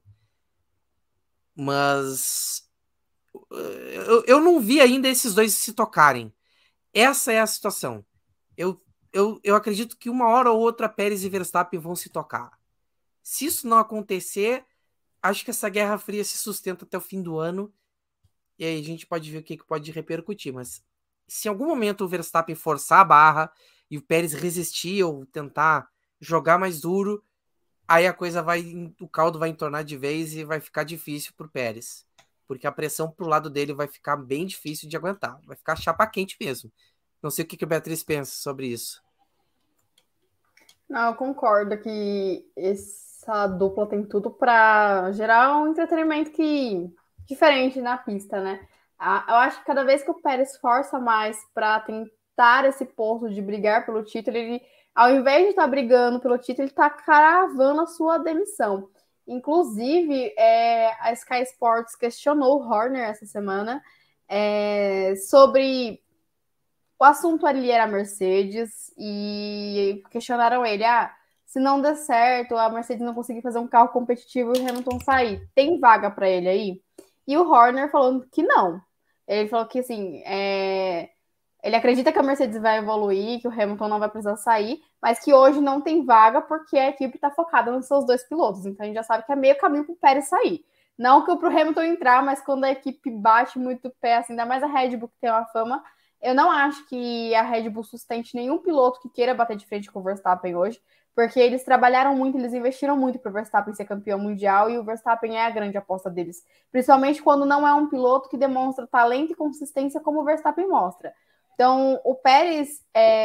Mas eu não vi ainda esses dois se tocarem. Essa é a situação. Eu, eu acredito que uma hora ou outra Pérez e Verstappen vão se tocar. Se isso não acontecer, acho que essa Guerra Fria se sustenta até o fim do ano. E aí a gente pode ver o que pode repercutir. Mas se em algum momento o Verstappen forçar a barra e o Pérez resistir ou tentar jogar mais duro, aí a coisa o caldo vai entornar de vez e vai ficar difícil pro Pérez. Porque a pressão pro lado dele vai ficar bem difícil de aguentar. Vai ficar chapa quente mesmo. Não sei o que a Beatriz pensa sobre isso. Não, eu concordo que essa dupla tem tudo para gerar um entretenimento diferente na pista, né? Eu acho que cada vez que o Pérez força mais para tentar esse ponto de brigar pelo título, ele, ao invés de estar brigando pelo título, ele está cravando a sua demissão. Inclusive, a Sky Sports questionou o Horner essa semana sobre o assunto ali era a Mercedes e questionaram ele, se não der certo, a Mercedes não conseguir fazer um carro competitivo e o Hamilton sair, tem vaga para ele aí? E o Horner falou que não. Ele falou que, assim, ele acredita que a Mercedes vai evoluir, que o Hamilton não vai precisar sair, mas que hoje não tem vaga porque a equipe está focada nos seus dois pilotos. Então a gente já sabe que é meio caminho para o Pérez sair. Não que para o Hamilton entrar, mas quando a equipe bate muito o pé, assim, ainda mais a Red Bull que tem uma fama, eu não acho que a Red Bull sustente nenhum piloto que queira bater de frente com o Verstappen hoje, porque eles trabalharam muito, eles investiram muito para o Verstappen ser campeão mundial e o Verstappen é a grande aposta deles. Principalmente quando não é um piloto que demonstra talento e consistência como o Verstappen mostra. Então, o Pérez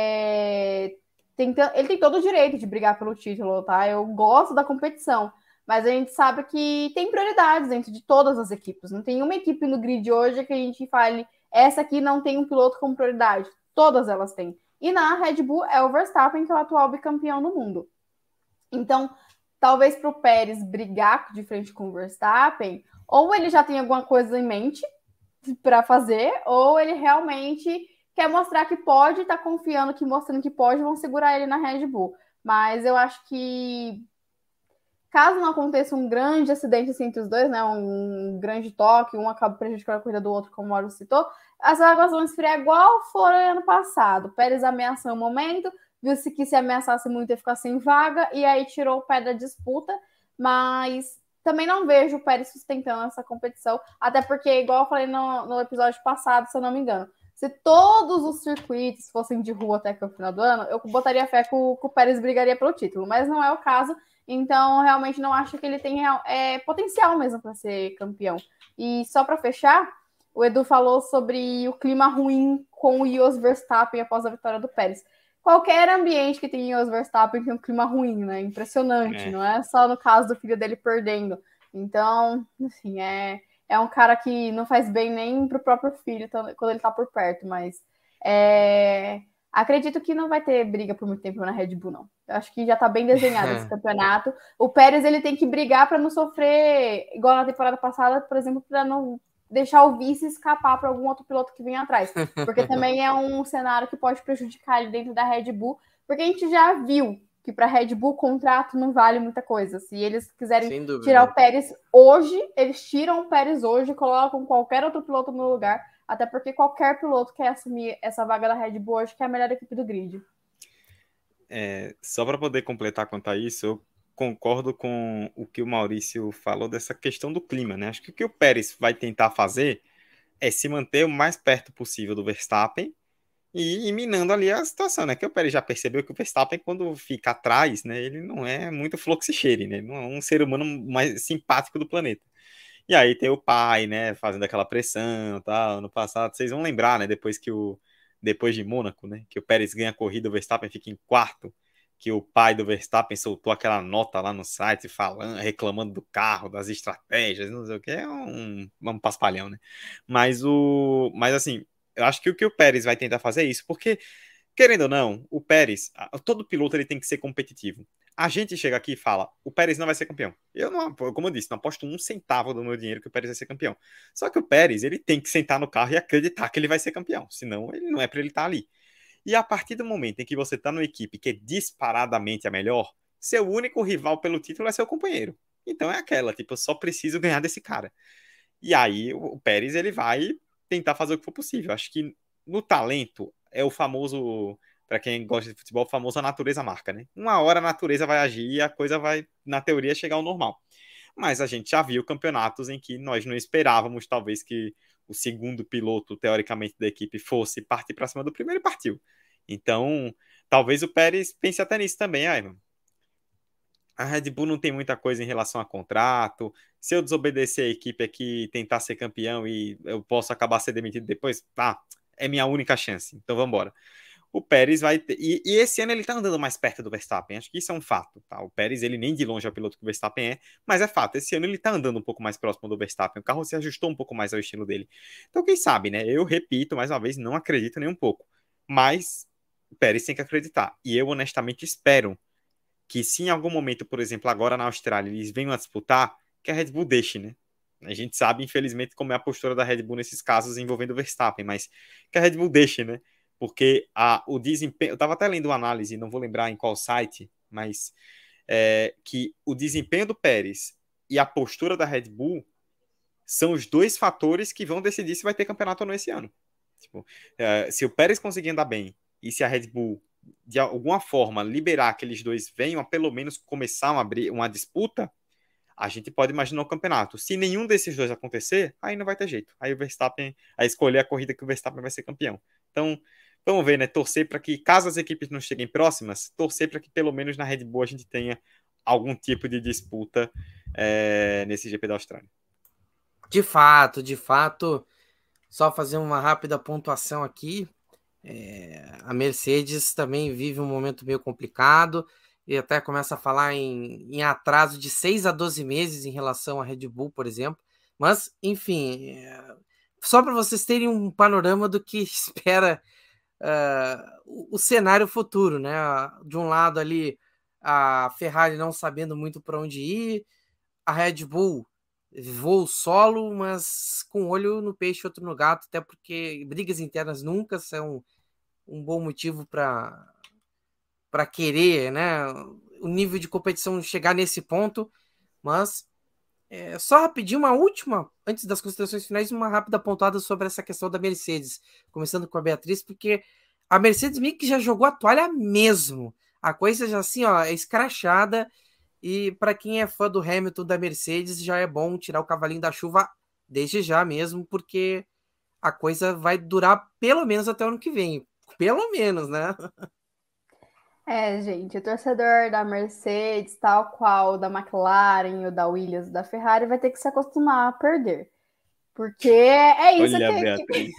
ele tem todo o direito de brigar pelo título, tá? Eu gosto da competição, mas a gente sabe que tem prioridades dentro de todas as equipes. Não tem uma equipe no grid hoje que a gente fale essa aqui não tem um piloto como prioridade. Todas elas têm. E na Red Bull é o Verstappen, que é o atual bicampeão do mundo. Então, talvez para o Pérez brigar de frente com o Verstappen, ou ele já tem alguma coisa em mente para fazer, ou ele realmente quer mostrar que pode, tá confiando que mostrando que pode, vão segurar ele na Red Bull. Mas eu acho que caso não aconteça um grande acidente assim, entre os dois, né, um grande toque, um acaba prejudicando a corrida do outro, como o Mauro citou, as águas vão esfriar igual foram ano passado. O Pérez ameaçou um momento, viu-se que se ameaçasse muito ia ficar sem vaga, e aí tirou o pé da disputa, mas também não vejo o Pérez sustentando essa competição, até porque, igual eu falei no episódio passado, se eu não me engano, se todos os circuitos fossem de rua até que o final do ano, eu botaria fé que o Pérez brigaria pelo título, mas não é o caso, então realmente não acho que ele tem potencial mesmo para ser campeão. E só para fechar, o Edu falou sobre o clima ruim com o Jos Verstappen após a vitória do Pérez. Qualquer ambiente que tem Jos Verstappen tem um clima ruim, né? Impressionante, não é só no caso do filho dele perdendo. Então, assim, é um cara que não faz bem nem pro próprio filho quando ele tá por perto, mas acredito que não vai ter briga por muito tempo na Red Bull, não. Eu acho que já tá bem desenhado esse campeonato. O Pérez, ele tem que brigar para não sofrer, igual na temporada passada, por exemplo, para não deixar o vice escapar para algum outro piloto que vem atrás. Porque também é um cenário que pode prejudicar ele dentro da Red Bull, porque a gente já viu que para a Red Bull o contrato não vale muita coisa. Se eles quiserem tirar o Pérez hoje, eles tiram o Pérez hoje e colocam qualquer outro piloto no lugar, até porque qualquer piloto quer assumir essa vaga da Red Bull hoje, que é a melhor equipe do grid. Só para poder completar quanto a isso, eu concordo com o que o Maurício falou dessa questão do clima, né? Acho que o que o Pérez vai tentar fazer é se manter o mais perto possível do Verstappen e minando ali a situação, né? Que o Pérez já percebeu que o Verstappen, quando fica atrás, né? Ele não é muito fluxicheire, né? Ele não é um ser humano mais simpático do planeta. E aí tem o pai, né? Fazendo aquela pressão, tal. Ano passado, vocês vão lembrar, né? Depois de Mônaco, né? Que o Pérez ganha a corrida, o Verstappen fica em quarto, que o pai do Verstappen soltou aquela nota lá no site falando, reclamando do carro, das estratégias, não sei o que, é um paspalhão, né? Mas assim, eu acho que o que o Pérez vai tentar fazer é isso, porque, querendo ou não, o Pérez, todo piloto ele tem que ser competitivo. A gente chega aqui e fala, o Pérez não vai ser campeão. Eu não, como eu disse, não aposto um centavo do meu dinheiro que o Pérez vai ser campeão. Só que o Pérez, ele tem que sentar no carro e acreditar que ele vai ser campeão, senão ele não é para ele estar ali. E a partir do momento em que você está numa equipe que é disparadamente a melhor, seu único rival pelo título é seu companheiro. Então é aquela, tipo, eu só preciso ganhar desse cara. E aí o Pérez, ele vai tentar fazer o que for possível. Acho que no talento é o famoso, para quem gosta de futebol, o famoso a natureza marca, né? Uma hora a natureza vai agir e a coisa vai, na teoria, chegar ao normal. Mas a gente já viu campeonatos em que nós não esperávamos, talvez, que o segundo piloto, teoricamente, da equipe fosse partir para cima do primeiro e partiu. Então, talvez o Pérez pense até nisso também. A Red Bull não tem muita coisa em relação a contrato. Se eu desobedecer a equipe aqui, tentar ser campeão e eu posso acabar sendo demitido depois, é minha única chance. Então, vamos embora. O Pérez vai ter... E esse ano ele tá andando mais perto do Verstappen. Acho que isso é um fato, tá? O Pérez, ele nem de longe é o piloto que o Verstappen é, mas é fato. Esse ano ele tá andando um pouco mais próximo do Verstappen. O carro se ajustou um pouco mais ao estilo dele. Então, quem sabe, né? Eu repito, mais uma vez, não acredito nem um pouco. Mas o Pérez tem que acreditar. E eu, honestamente, espero que se em algum momento, por exemplo, agora na Austrália, eles venham a disputar, que a Red Bull deixe, né? A gente sabe, infelizmente, como é a postura da Red Bull nesses casos envolvendo o Verstappen, mas que a Red Bull deixe, né? Porque o desempenho... Eu estava até lendo uma análise, não vou lembrar em qual site, mas que o desempenho do Pérez e a postura da Red Bull são os dois fatores que vão decidir se vai ter campeonato ou não esse ano. Tipo, se o Pérez conseguir andar bem e se a Red Bull, de alguma forma, liberar que eles dois venham a pelo menos começar uma disputa, a gente pode imaginar o campeonato. Se nenhum desses dois acontecer, aí não vai ter jeito. Aí o Verstappen, a escolher a corrida que o Verstappen vai ser campeão. Então, vamos ver, né? Torcer para que, caso as equipes não cheguem próximas, torcer para que pelo menos na Red Bull a gente tenha algum tipo de disputa nesse GP da Austrália. De fato, só fazer uma rápida pontuação aqui. A Mercedes também vive um momento meio complicado e até começa a falar em atraso de 6 a 12 meses em relação à Red Bull, por exemplo. Mas, enfim, só para vocês terem um panorama do que espera o cenário futuro, né? De um lado ali, a Ferrari não sabendo muito para onde ir, a Red Bull voo solo, mas com olho no peixe, outro no gato, até porque brigas internas nunca são um bom motivo para querer, né, o nível de competição chegar nesse ponto. Mas só rapidinho, uma última, antes das considerações finais, uma rápida pontuada sobre essa questão da Mercedes, começando com a Beatriz, porque a Mercedes meio que já jogou a toalha mesmo. A coisa já assim, ó, é escrachada. E para quem é fã do Hamilton da Mercedes, já é bom tirar o cavalinho da chuva desde já mesmo, porque a coisa vai durar pelo menos até o ano que vem. Pelo menos, né? Gente, o torcedor da Mercedes, tal qual o da McLaren, o da Williams, o da Ferrari, vai ter que se acostumar a perder. Porque é isso Olha, que a equipe, Beatriz.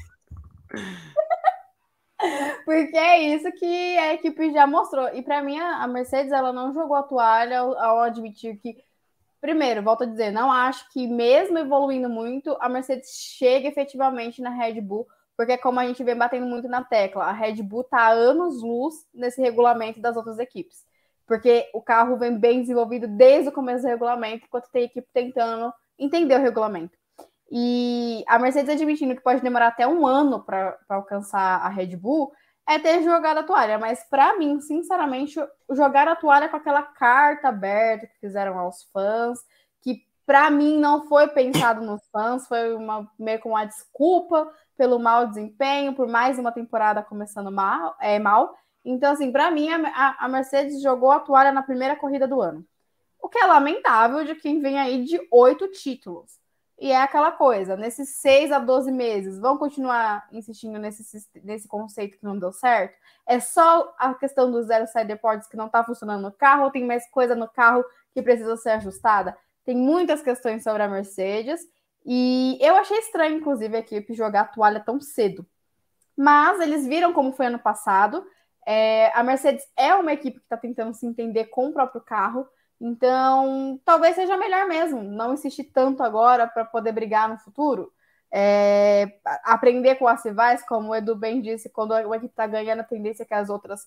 porque é isso que a equipe já mostrou. E para mim, a Mercedes ela não jogou a toalha ao admitir que, primeiro, volto a dizer, não acho que mesmo evoluindo muito, a Mercedes chegue efetivamente na Red Bull, porque como a gente vem batendo muito na tecla, a Red Bull está há anos-luz nesse regulamento das outras equipes. Porque o carro vem bem desenvolvido desde o começo do regulamento, enquanto tem equipe tentando entender o regulamento. E a Mercedes admitindo que pode demorar até um ano para alcançar a Red Bull, é ter jogado a toalha. Mas para mim, sinceramente, jogar a toalha com aquela carta aberta que fizeram aos fãs, que para mim não foi pensado nos fãs, foi meio com uma desculpa pelo mau desempenho, por mais uma temporada começando mal. Então, assim, para mim, a Mercedes jogou a toalha na primeira corrida do ano. O que é lamentável de quem vem aí de 8 títulos. E é aquela coisa, nesses 6 a 12 meses, vão continuar insistindo nesse conceito que não deu certo? É só a questão do zero side pods que não está funcionando no carro, ou tem mais coisa no carro que precisa ser ajustada? Tem muitas questões sobre a Mercedes, e eu achei estranho, inclusive, a equipe jogar a toalha tão cedo. Mas eles viram como foi ano passado. A Mercedes é uma equipe que está tentando se entender com o próprio carro. Então, talvez seja melhor mesmo não insistir tanto agora para poder brigar no futuro. Aprender com as rivais, como o Edu bem disse, quando uma equipe está ganhando, a tendência é que as outras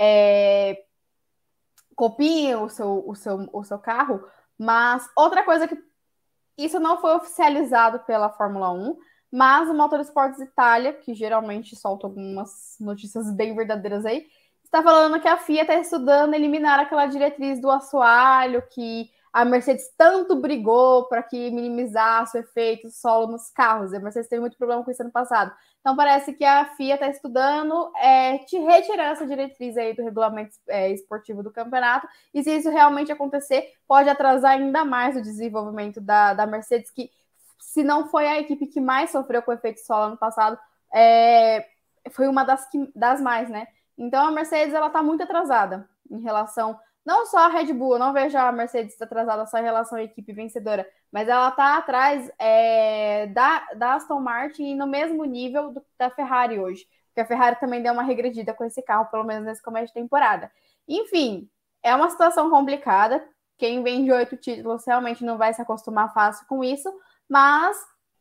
copiem o seu carro. Mas outra coisa que isso não foi oficializado pela Fórmula 1, mas o Motorsports Itália, que geralmente solta algumas notícias bem verdadeiras aí, está falando que a FIA está estudando eliminar aquela diretriz do assoalho que a Mercedes tanto brigou para que minimizasse o efeito solo nos carros. A Mercedes teve muito problema com isso ano passado. Então parece que a FIA está estudando te retirar essa diretriz aí do regulamento esportivo do campeonato. E se isso realmente acontecer, pode atrasar ainda mais o desenvolvimento da Mercedes, que se não foi a equipe que mais sofreu com o efeito solo ano passado, foi uma das mais, né? Então a Mercedes ela está muito atrasada em relação não só a Red Bull, eu não vejo a Mercedes atrasada só em relação à equipe vencedora, mas ela está atrás da Aston Martin no mesmo nível da Ferrari hoje, porque a Ferrari também deu uma regredida com esse carro, pelo menos nesse começo de temporada. Enfim, é uma situação complicada. Quem vem de 8 títulos realmente não vai se acostumar fácil com isso, mas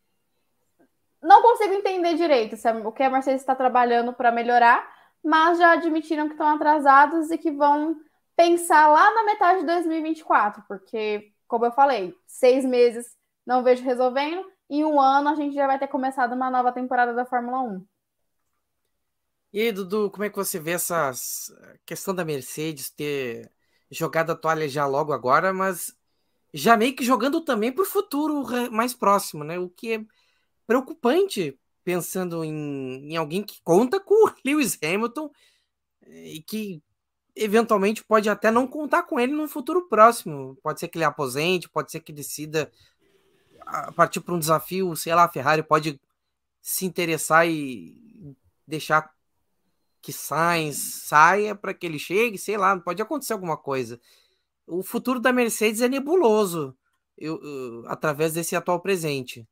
não consigo entender direito o que a Mercedes está trabalhando para melhorar, mas já admitiram que estão atrasados e que vão pensar lá na metade de 2024, porque, como eu falei, 6 meses não vejo resolvendo, em um ano a gente já vai ter começado uma nova temporada da Fórmula 1. E aí, Dudu, como é que você vê essa questão da Mercedes ter jogado a toalha já logo agora, mas já meio que jogando também para o futuro mais próximo, né? O que é preocupante, pensando em alguém que conta com o Lewis Hamilton e que eventualmente pode até não contar com ele no futuro próximo. Pode ser que ele aposente, pode ser que decida partir para um desafio, sei lá, a Ferrari pode se interessar e deixar que Sainz saia para que ele chegue, sei lá, pode acontecer alguma coisa. O futuro da Mercedes é nebuloso através desse atual presente.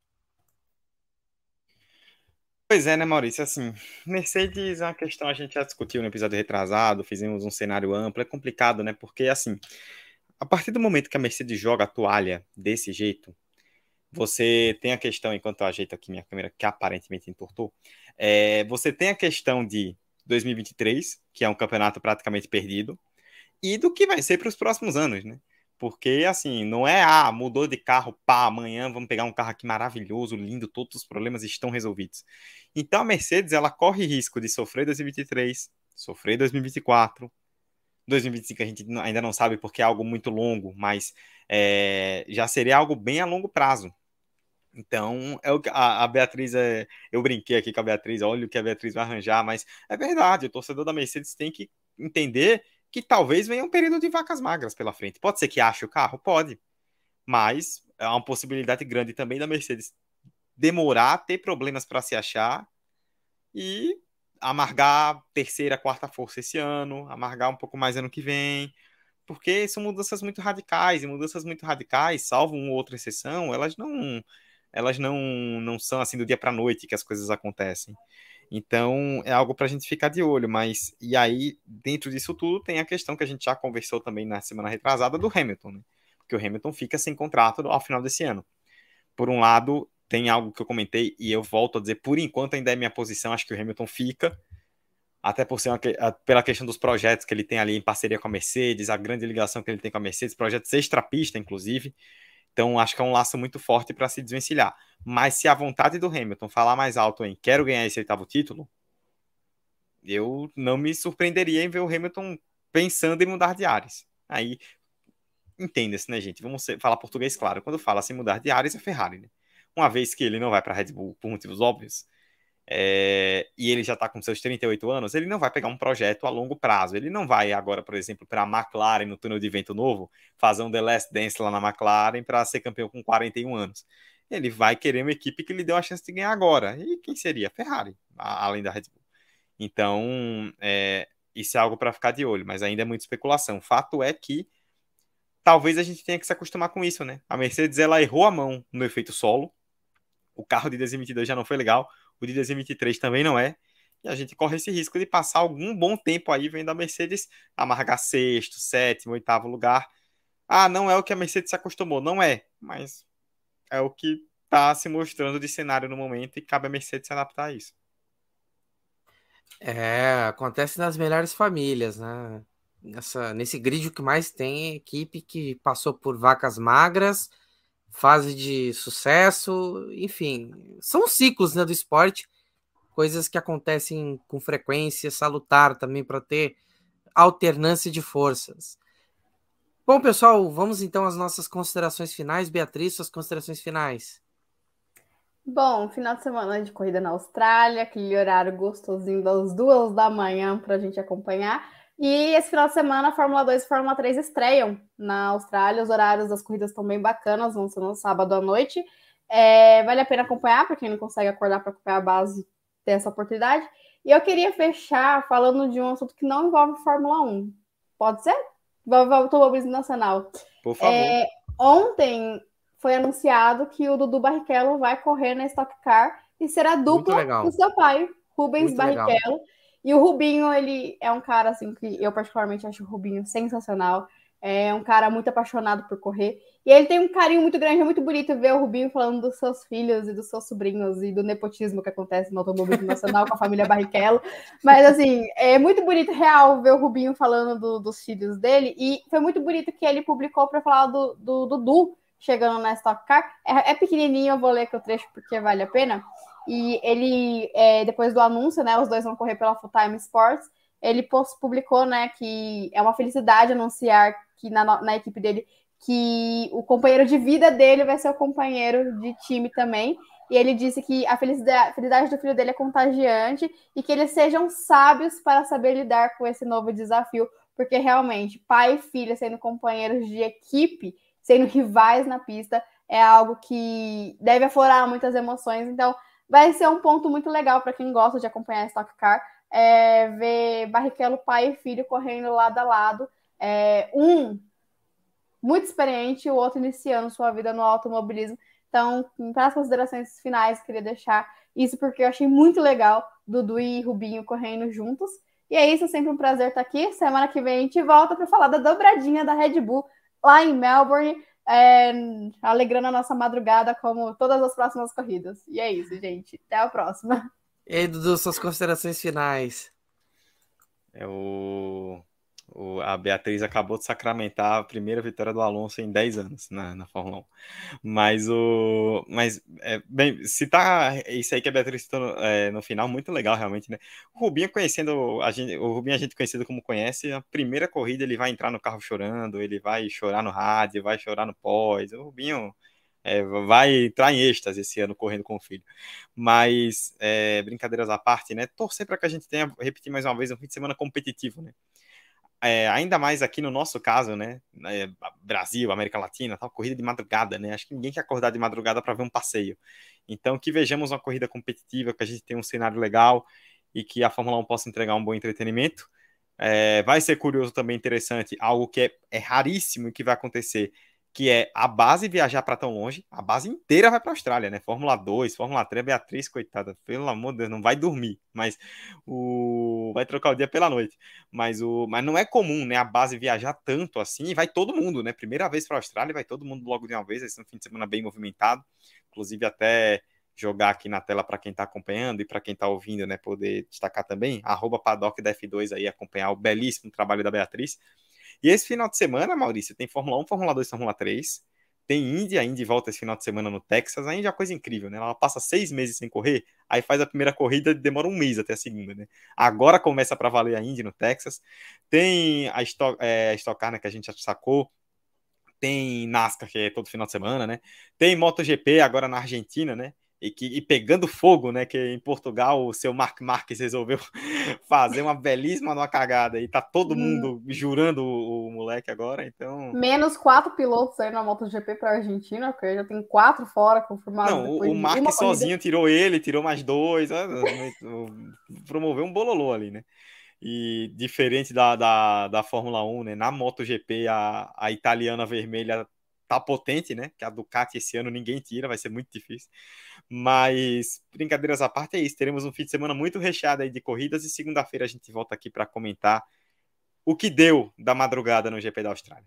Pois é, né, Maurício? Assim, Mercedes é uma questão, a gente já discutiu no episódio retrasado, fizemos um cenário amplo, é complicado, né? Porque, assim, a partir do momento que a Mercedes joga a toalha desse jeito, você tem a questão, enquanto eu ajeito aqui minha câmera, que aparentemente entortou, você tem a questão de 2023, que é um campeonato praticamente perdido, e do que vai ser para os próximos anos, né? Porque, assim, não é, mudou de carro, pá, amanhã vamos pegar um carro aqui maravilhoso, lindo, todos os problemas estão resolvidos. Então a Mercedes, ela corre risco de sofrer 2023, sofrer 2024, 2025 a gente ainda não sabe porque é algo muito longo, mas já seria algo bem a longo prazo. Então, é o que a Beatriz eu brinquei aqui com a Beatriz, olha o que a Beatriz vai arranjar, mas é verdade, o torcedor da Mercedes tem que entender que talvez venha um período de vacas magras pela frente. Pode ser que ache o carro? Pode, mas é uma possibilidade grande também da Mercedes demorar, ter problemas para se achar e amargar terceira, quarta força esse ano, amargar um pouco mais ano que vem, porque são mudanças muito radicais, e mudanças muito radicais, salvo uma ou outra exceção, elas não são assim do dia para noite que as coisas acontecem. Então é algo para a gente ficar de olho, mas e aí dentro disso tudo tem a questão que a gente já conversou também na semana retrasada do Hamilton, né? Porque o Hamilton fica sem contrato ao final desse ano. Por um lado, tem algo que eu comentei e eu volto a dizer, por enquanto ainda é minha posição, acho que o Hamilton fica, até por ser pela questão dos projetos que ele tem ali em parceria com a Mercedes, a grande ligação que ele tem com a Mercedes, projetos extra-pista, inclusive. Então, acho que é um laço muito forte para se desvencilhar. Mas se a vontade do Hamilton falar mais alto em quero ganhar esse 8º título, eu não me surpreenderia em ver o Hamilton pensando em mudar de ares. Aí, entenda-se, né, gente? Vamos falar português claro. Quando fala assim mudar de ares, é Ferrari, né? Uma vez que ele não vai para a Red Bull por motivos óbvios, e ele já está com seus 38 anos, ele não vai pegar um projeto a longo prazo. Ele não vai agora, por exemplo, para a McLaren no túnel de vento novo, fazer um The Last Dance lá na McLaren para ser campeão com 41 anos. Ele vai querer uma equipe que lhe deu a chance de ganhar agora. E quem seria? Ferrari, além da Red Bull. Então, isso é algo para ficar de olho, mas ainda é muita especulação. O fato é que talvez a gente tenha que se acostumar com isso, né? A Mercedes, ela errou a mão no efeito solo. O carro de 2022 já não foi legal. O de 2023 também não é. E a gente corre esse risco de passar algum bom tempo aí vendo a Mercedes amargar sexto, sétimo, oitavo lugar. Ah, não é o que a Mercedes se acostumou. Não é, mas é o que está se mostrando de cenário no momento e cabe a Mercedes se adaptar a isso. Acontece nas melhores famílias, né? Nesse grid o que mais tem é equipe que passou por vacas magras, fase de sucesso, enfim, são ciclos, né, do esporte, coisas que acontecem com frequência, salutar também para ter alternância de forças. Bom, pessoal, vamos então às nossas considerações finais. Beatriz, suas considerações finais. Bom, final de semana de corrida na Austrália, aquele horário gostosinho das 2 da manhã para a gente acompanhar. E esse final de semana, a Fórmula 2 e a Fórmula 3 estreiam na Austrália. Os horários das corridas estão bem bacanas, vão ser no sábado à noite. Vale a pena acompanhar, para quem não consegue acordar para acompanhar a base, ter essa oportunidade. E eu queria fechar falando de um assunto que não envolve Fórmula 1. Pode ser? Envolve automobilismo nacional. Por favor. Ontem foi anunciado que o Dudu Barrichello vai correr na Stock Car e será dupla do seu pai, Rubens Barrichello. E o Rubinho, ele é um cara assim que eu particularmente acho o Rubinho sensacional. É um cara muito apaixonado por correr. E ele tem um carinho muito grande, é muito bonito ver o Rubinho falando dos seus filhos e dos seus sobrinhos e do nepotismo que acontece no automobilismo nacional com a família Barrichello. Mas, assim, é muito bonito, real, ver o Rubinho falando dos filhos dele. E foi muito bonito que ele publicou para falar do Dudu chegando na Stock Car. É pequenininho, eu vou ler aqui o trecho porque vale a pena. E ele, depois do anúncio, né, os dois vão correr pela Full Time Sports, ele publicou, né, que é uma felicidade anunciar que na equipe dele que o companheiro de vida dele vai ser o companheiro de time também. E ele disse que a felicidade do filho dele é contagiante e que eles sejam sábios para saber lidar com esse novo desafio, porque realmente pai e filha sendo companheiros de equipe, sendo rivais na pista, é algo que deve aflorar muitas emoções. Então, vai ser um ponto muito legal para quem gosta de acompanhar a Stock Car, ver Barrichello, pai e filho, correndo lado a lado. Um muito experiente, o outro iniciando sua vida no automobilismo. Então, para as considerações finais, queria deixar isso porque eu achei muito legal Dudu e Rubinho correndo juntos. E é isso, sempre um prazer estar aqui. Semana que vem a gente volta para falar da dobradinha da Red Bull lá em Melbourne, alegrando a nossa madrugada como todas as próximas corridas. E é isso, gente. Até a próxima. E aí, Dudu, suas considerações finais. A Beatriz acabou de sacramentar a primeira vitória do Alonso em 10 anos na Fórmula 1. Bem, se tá isso aí que a Beatriz citou no final, muito legal realmente, né? O Rubinho a gente conhecido como conhece, a primeira corrida ele vai entrar no carro chorando, ele vai chorar no rádio, vai chorar no pós. O Rubinho Vai entrar em êxtase esse ano correndo com o filho. Mas, brincadeiras à parte, né? Torcer para que a gente tenha, repetir mais uma vez, um fim de semana competitivo, né? Ainda mais aqui no nosso caso, né? Brasil, América Latina, tal, corrida de madrugada, né? Acho que ninguém quer acordar de madrugada para ver um passeio. Então, que vejamos uma corrida competitiva, que a gente tenha um cenário legal e que a Fórmula 1 possa entregar um bom entretenimento. Vai ser curioso também, interessante, algo que é raríssimo e que vai acontecer, que é a base viajar para tão longe. A base inteira vai para a Austrália, né? Fórmula 2, Fórmula 3, Beatriz, coitada, pelo amor de Deus, não vai dormir, mas vai trocar o dia pela noite. Mas não é comum, né? A base viajar tanto assim, e vai todo mundo, né? Primeira vez para a Austrália, vai todo mundo logo de uma vez. Esse é um fim de semana bem movimentado, inclusive até jogar aqui na tela para quem está acompanhando e para quem está ouvindo, né? Poder destacar também, @paddock da F2 aí, acompanhar o belíssimo trabalho da Beatriz. E esse final de semana, Maurício, tem Fórmula 1, Fórmula 2, Fórmula 3, tem Indy, a Indy volta esse final de semana no Texas. A Indy é uma coisa incrível, né? Ela passa 6 meses sem correr, aí faz a primeira corrida e demora um mês até a segunda, né? Agora começa para valer a Indy no Texas. Tem a Stock Car, né, que a gente já sacou. Tem NASCAR, que é todo final de semana, né? Tem MotoGP agora na Argentina, né? E pegando fogo, né? Que em Portugal o seu Marc Marques resolveu fazer uma belíssima numa cagada e tá todo mundo jurando o moleque agora, então... Menos 4 pilotos aí na MotoGP para a Argentina, porque já tem 4 fora confirmados. Não, o Marques sozinho tirou ele, tirou mais 2, promoveu um bololô ali, né? E diferente da Fórmula 1, né? Na MotoGP, a italiana vermelha tá potente, né? Que a Ducati esse ano ninguém tira, vai ser muito difícil. Mas, brincadeiras à parte, é isso. Teremos um fim de semana muito recheado aí de corridas e segunda-feira a gente volta aqui para comentar o que deu da madrugada no GP da Austrália.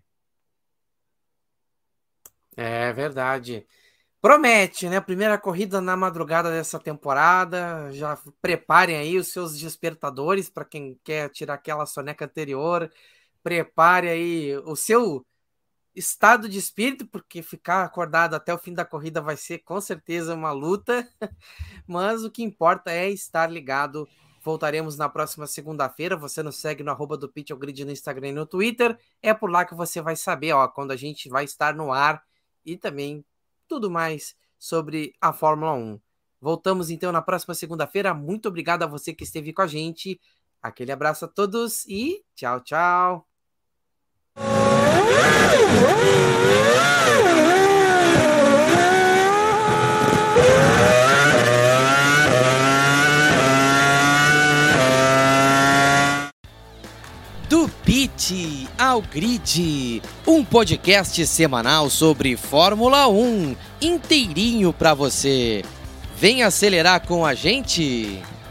É verdade. Promete, né? Primeira corrida na madrugada dessa temporada. Já preparem aí os seus despertadores para quem quer tirar aquela soneca anterior. Prepare aí o seu estado de espírito, porque ficar acordado até o fim da corrida vai ser com certeza uma luta. Mas o que importa é estar ligado. Voltaremos na próxima segunda-feira. Você nos segue no @do_Pit_ao_Grid no Instagram e no Twitter. É por lá que você vai saber, quando a gente vai estar no ar e também tudo mais sobre a Fórmula 1. Voltamos então na próxima segunda-feira. Muito obrigado a você que esteve com a gente. Aquele abraço a todos e tchau, tchau. Do Pit ao Grid, um podcast semanal sobre Fórmula 1, inteirinho para você. Vem acelerar com a gente!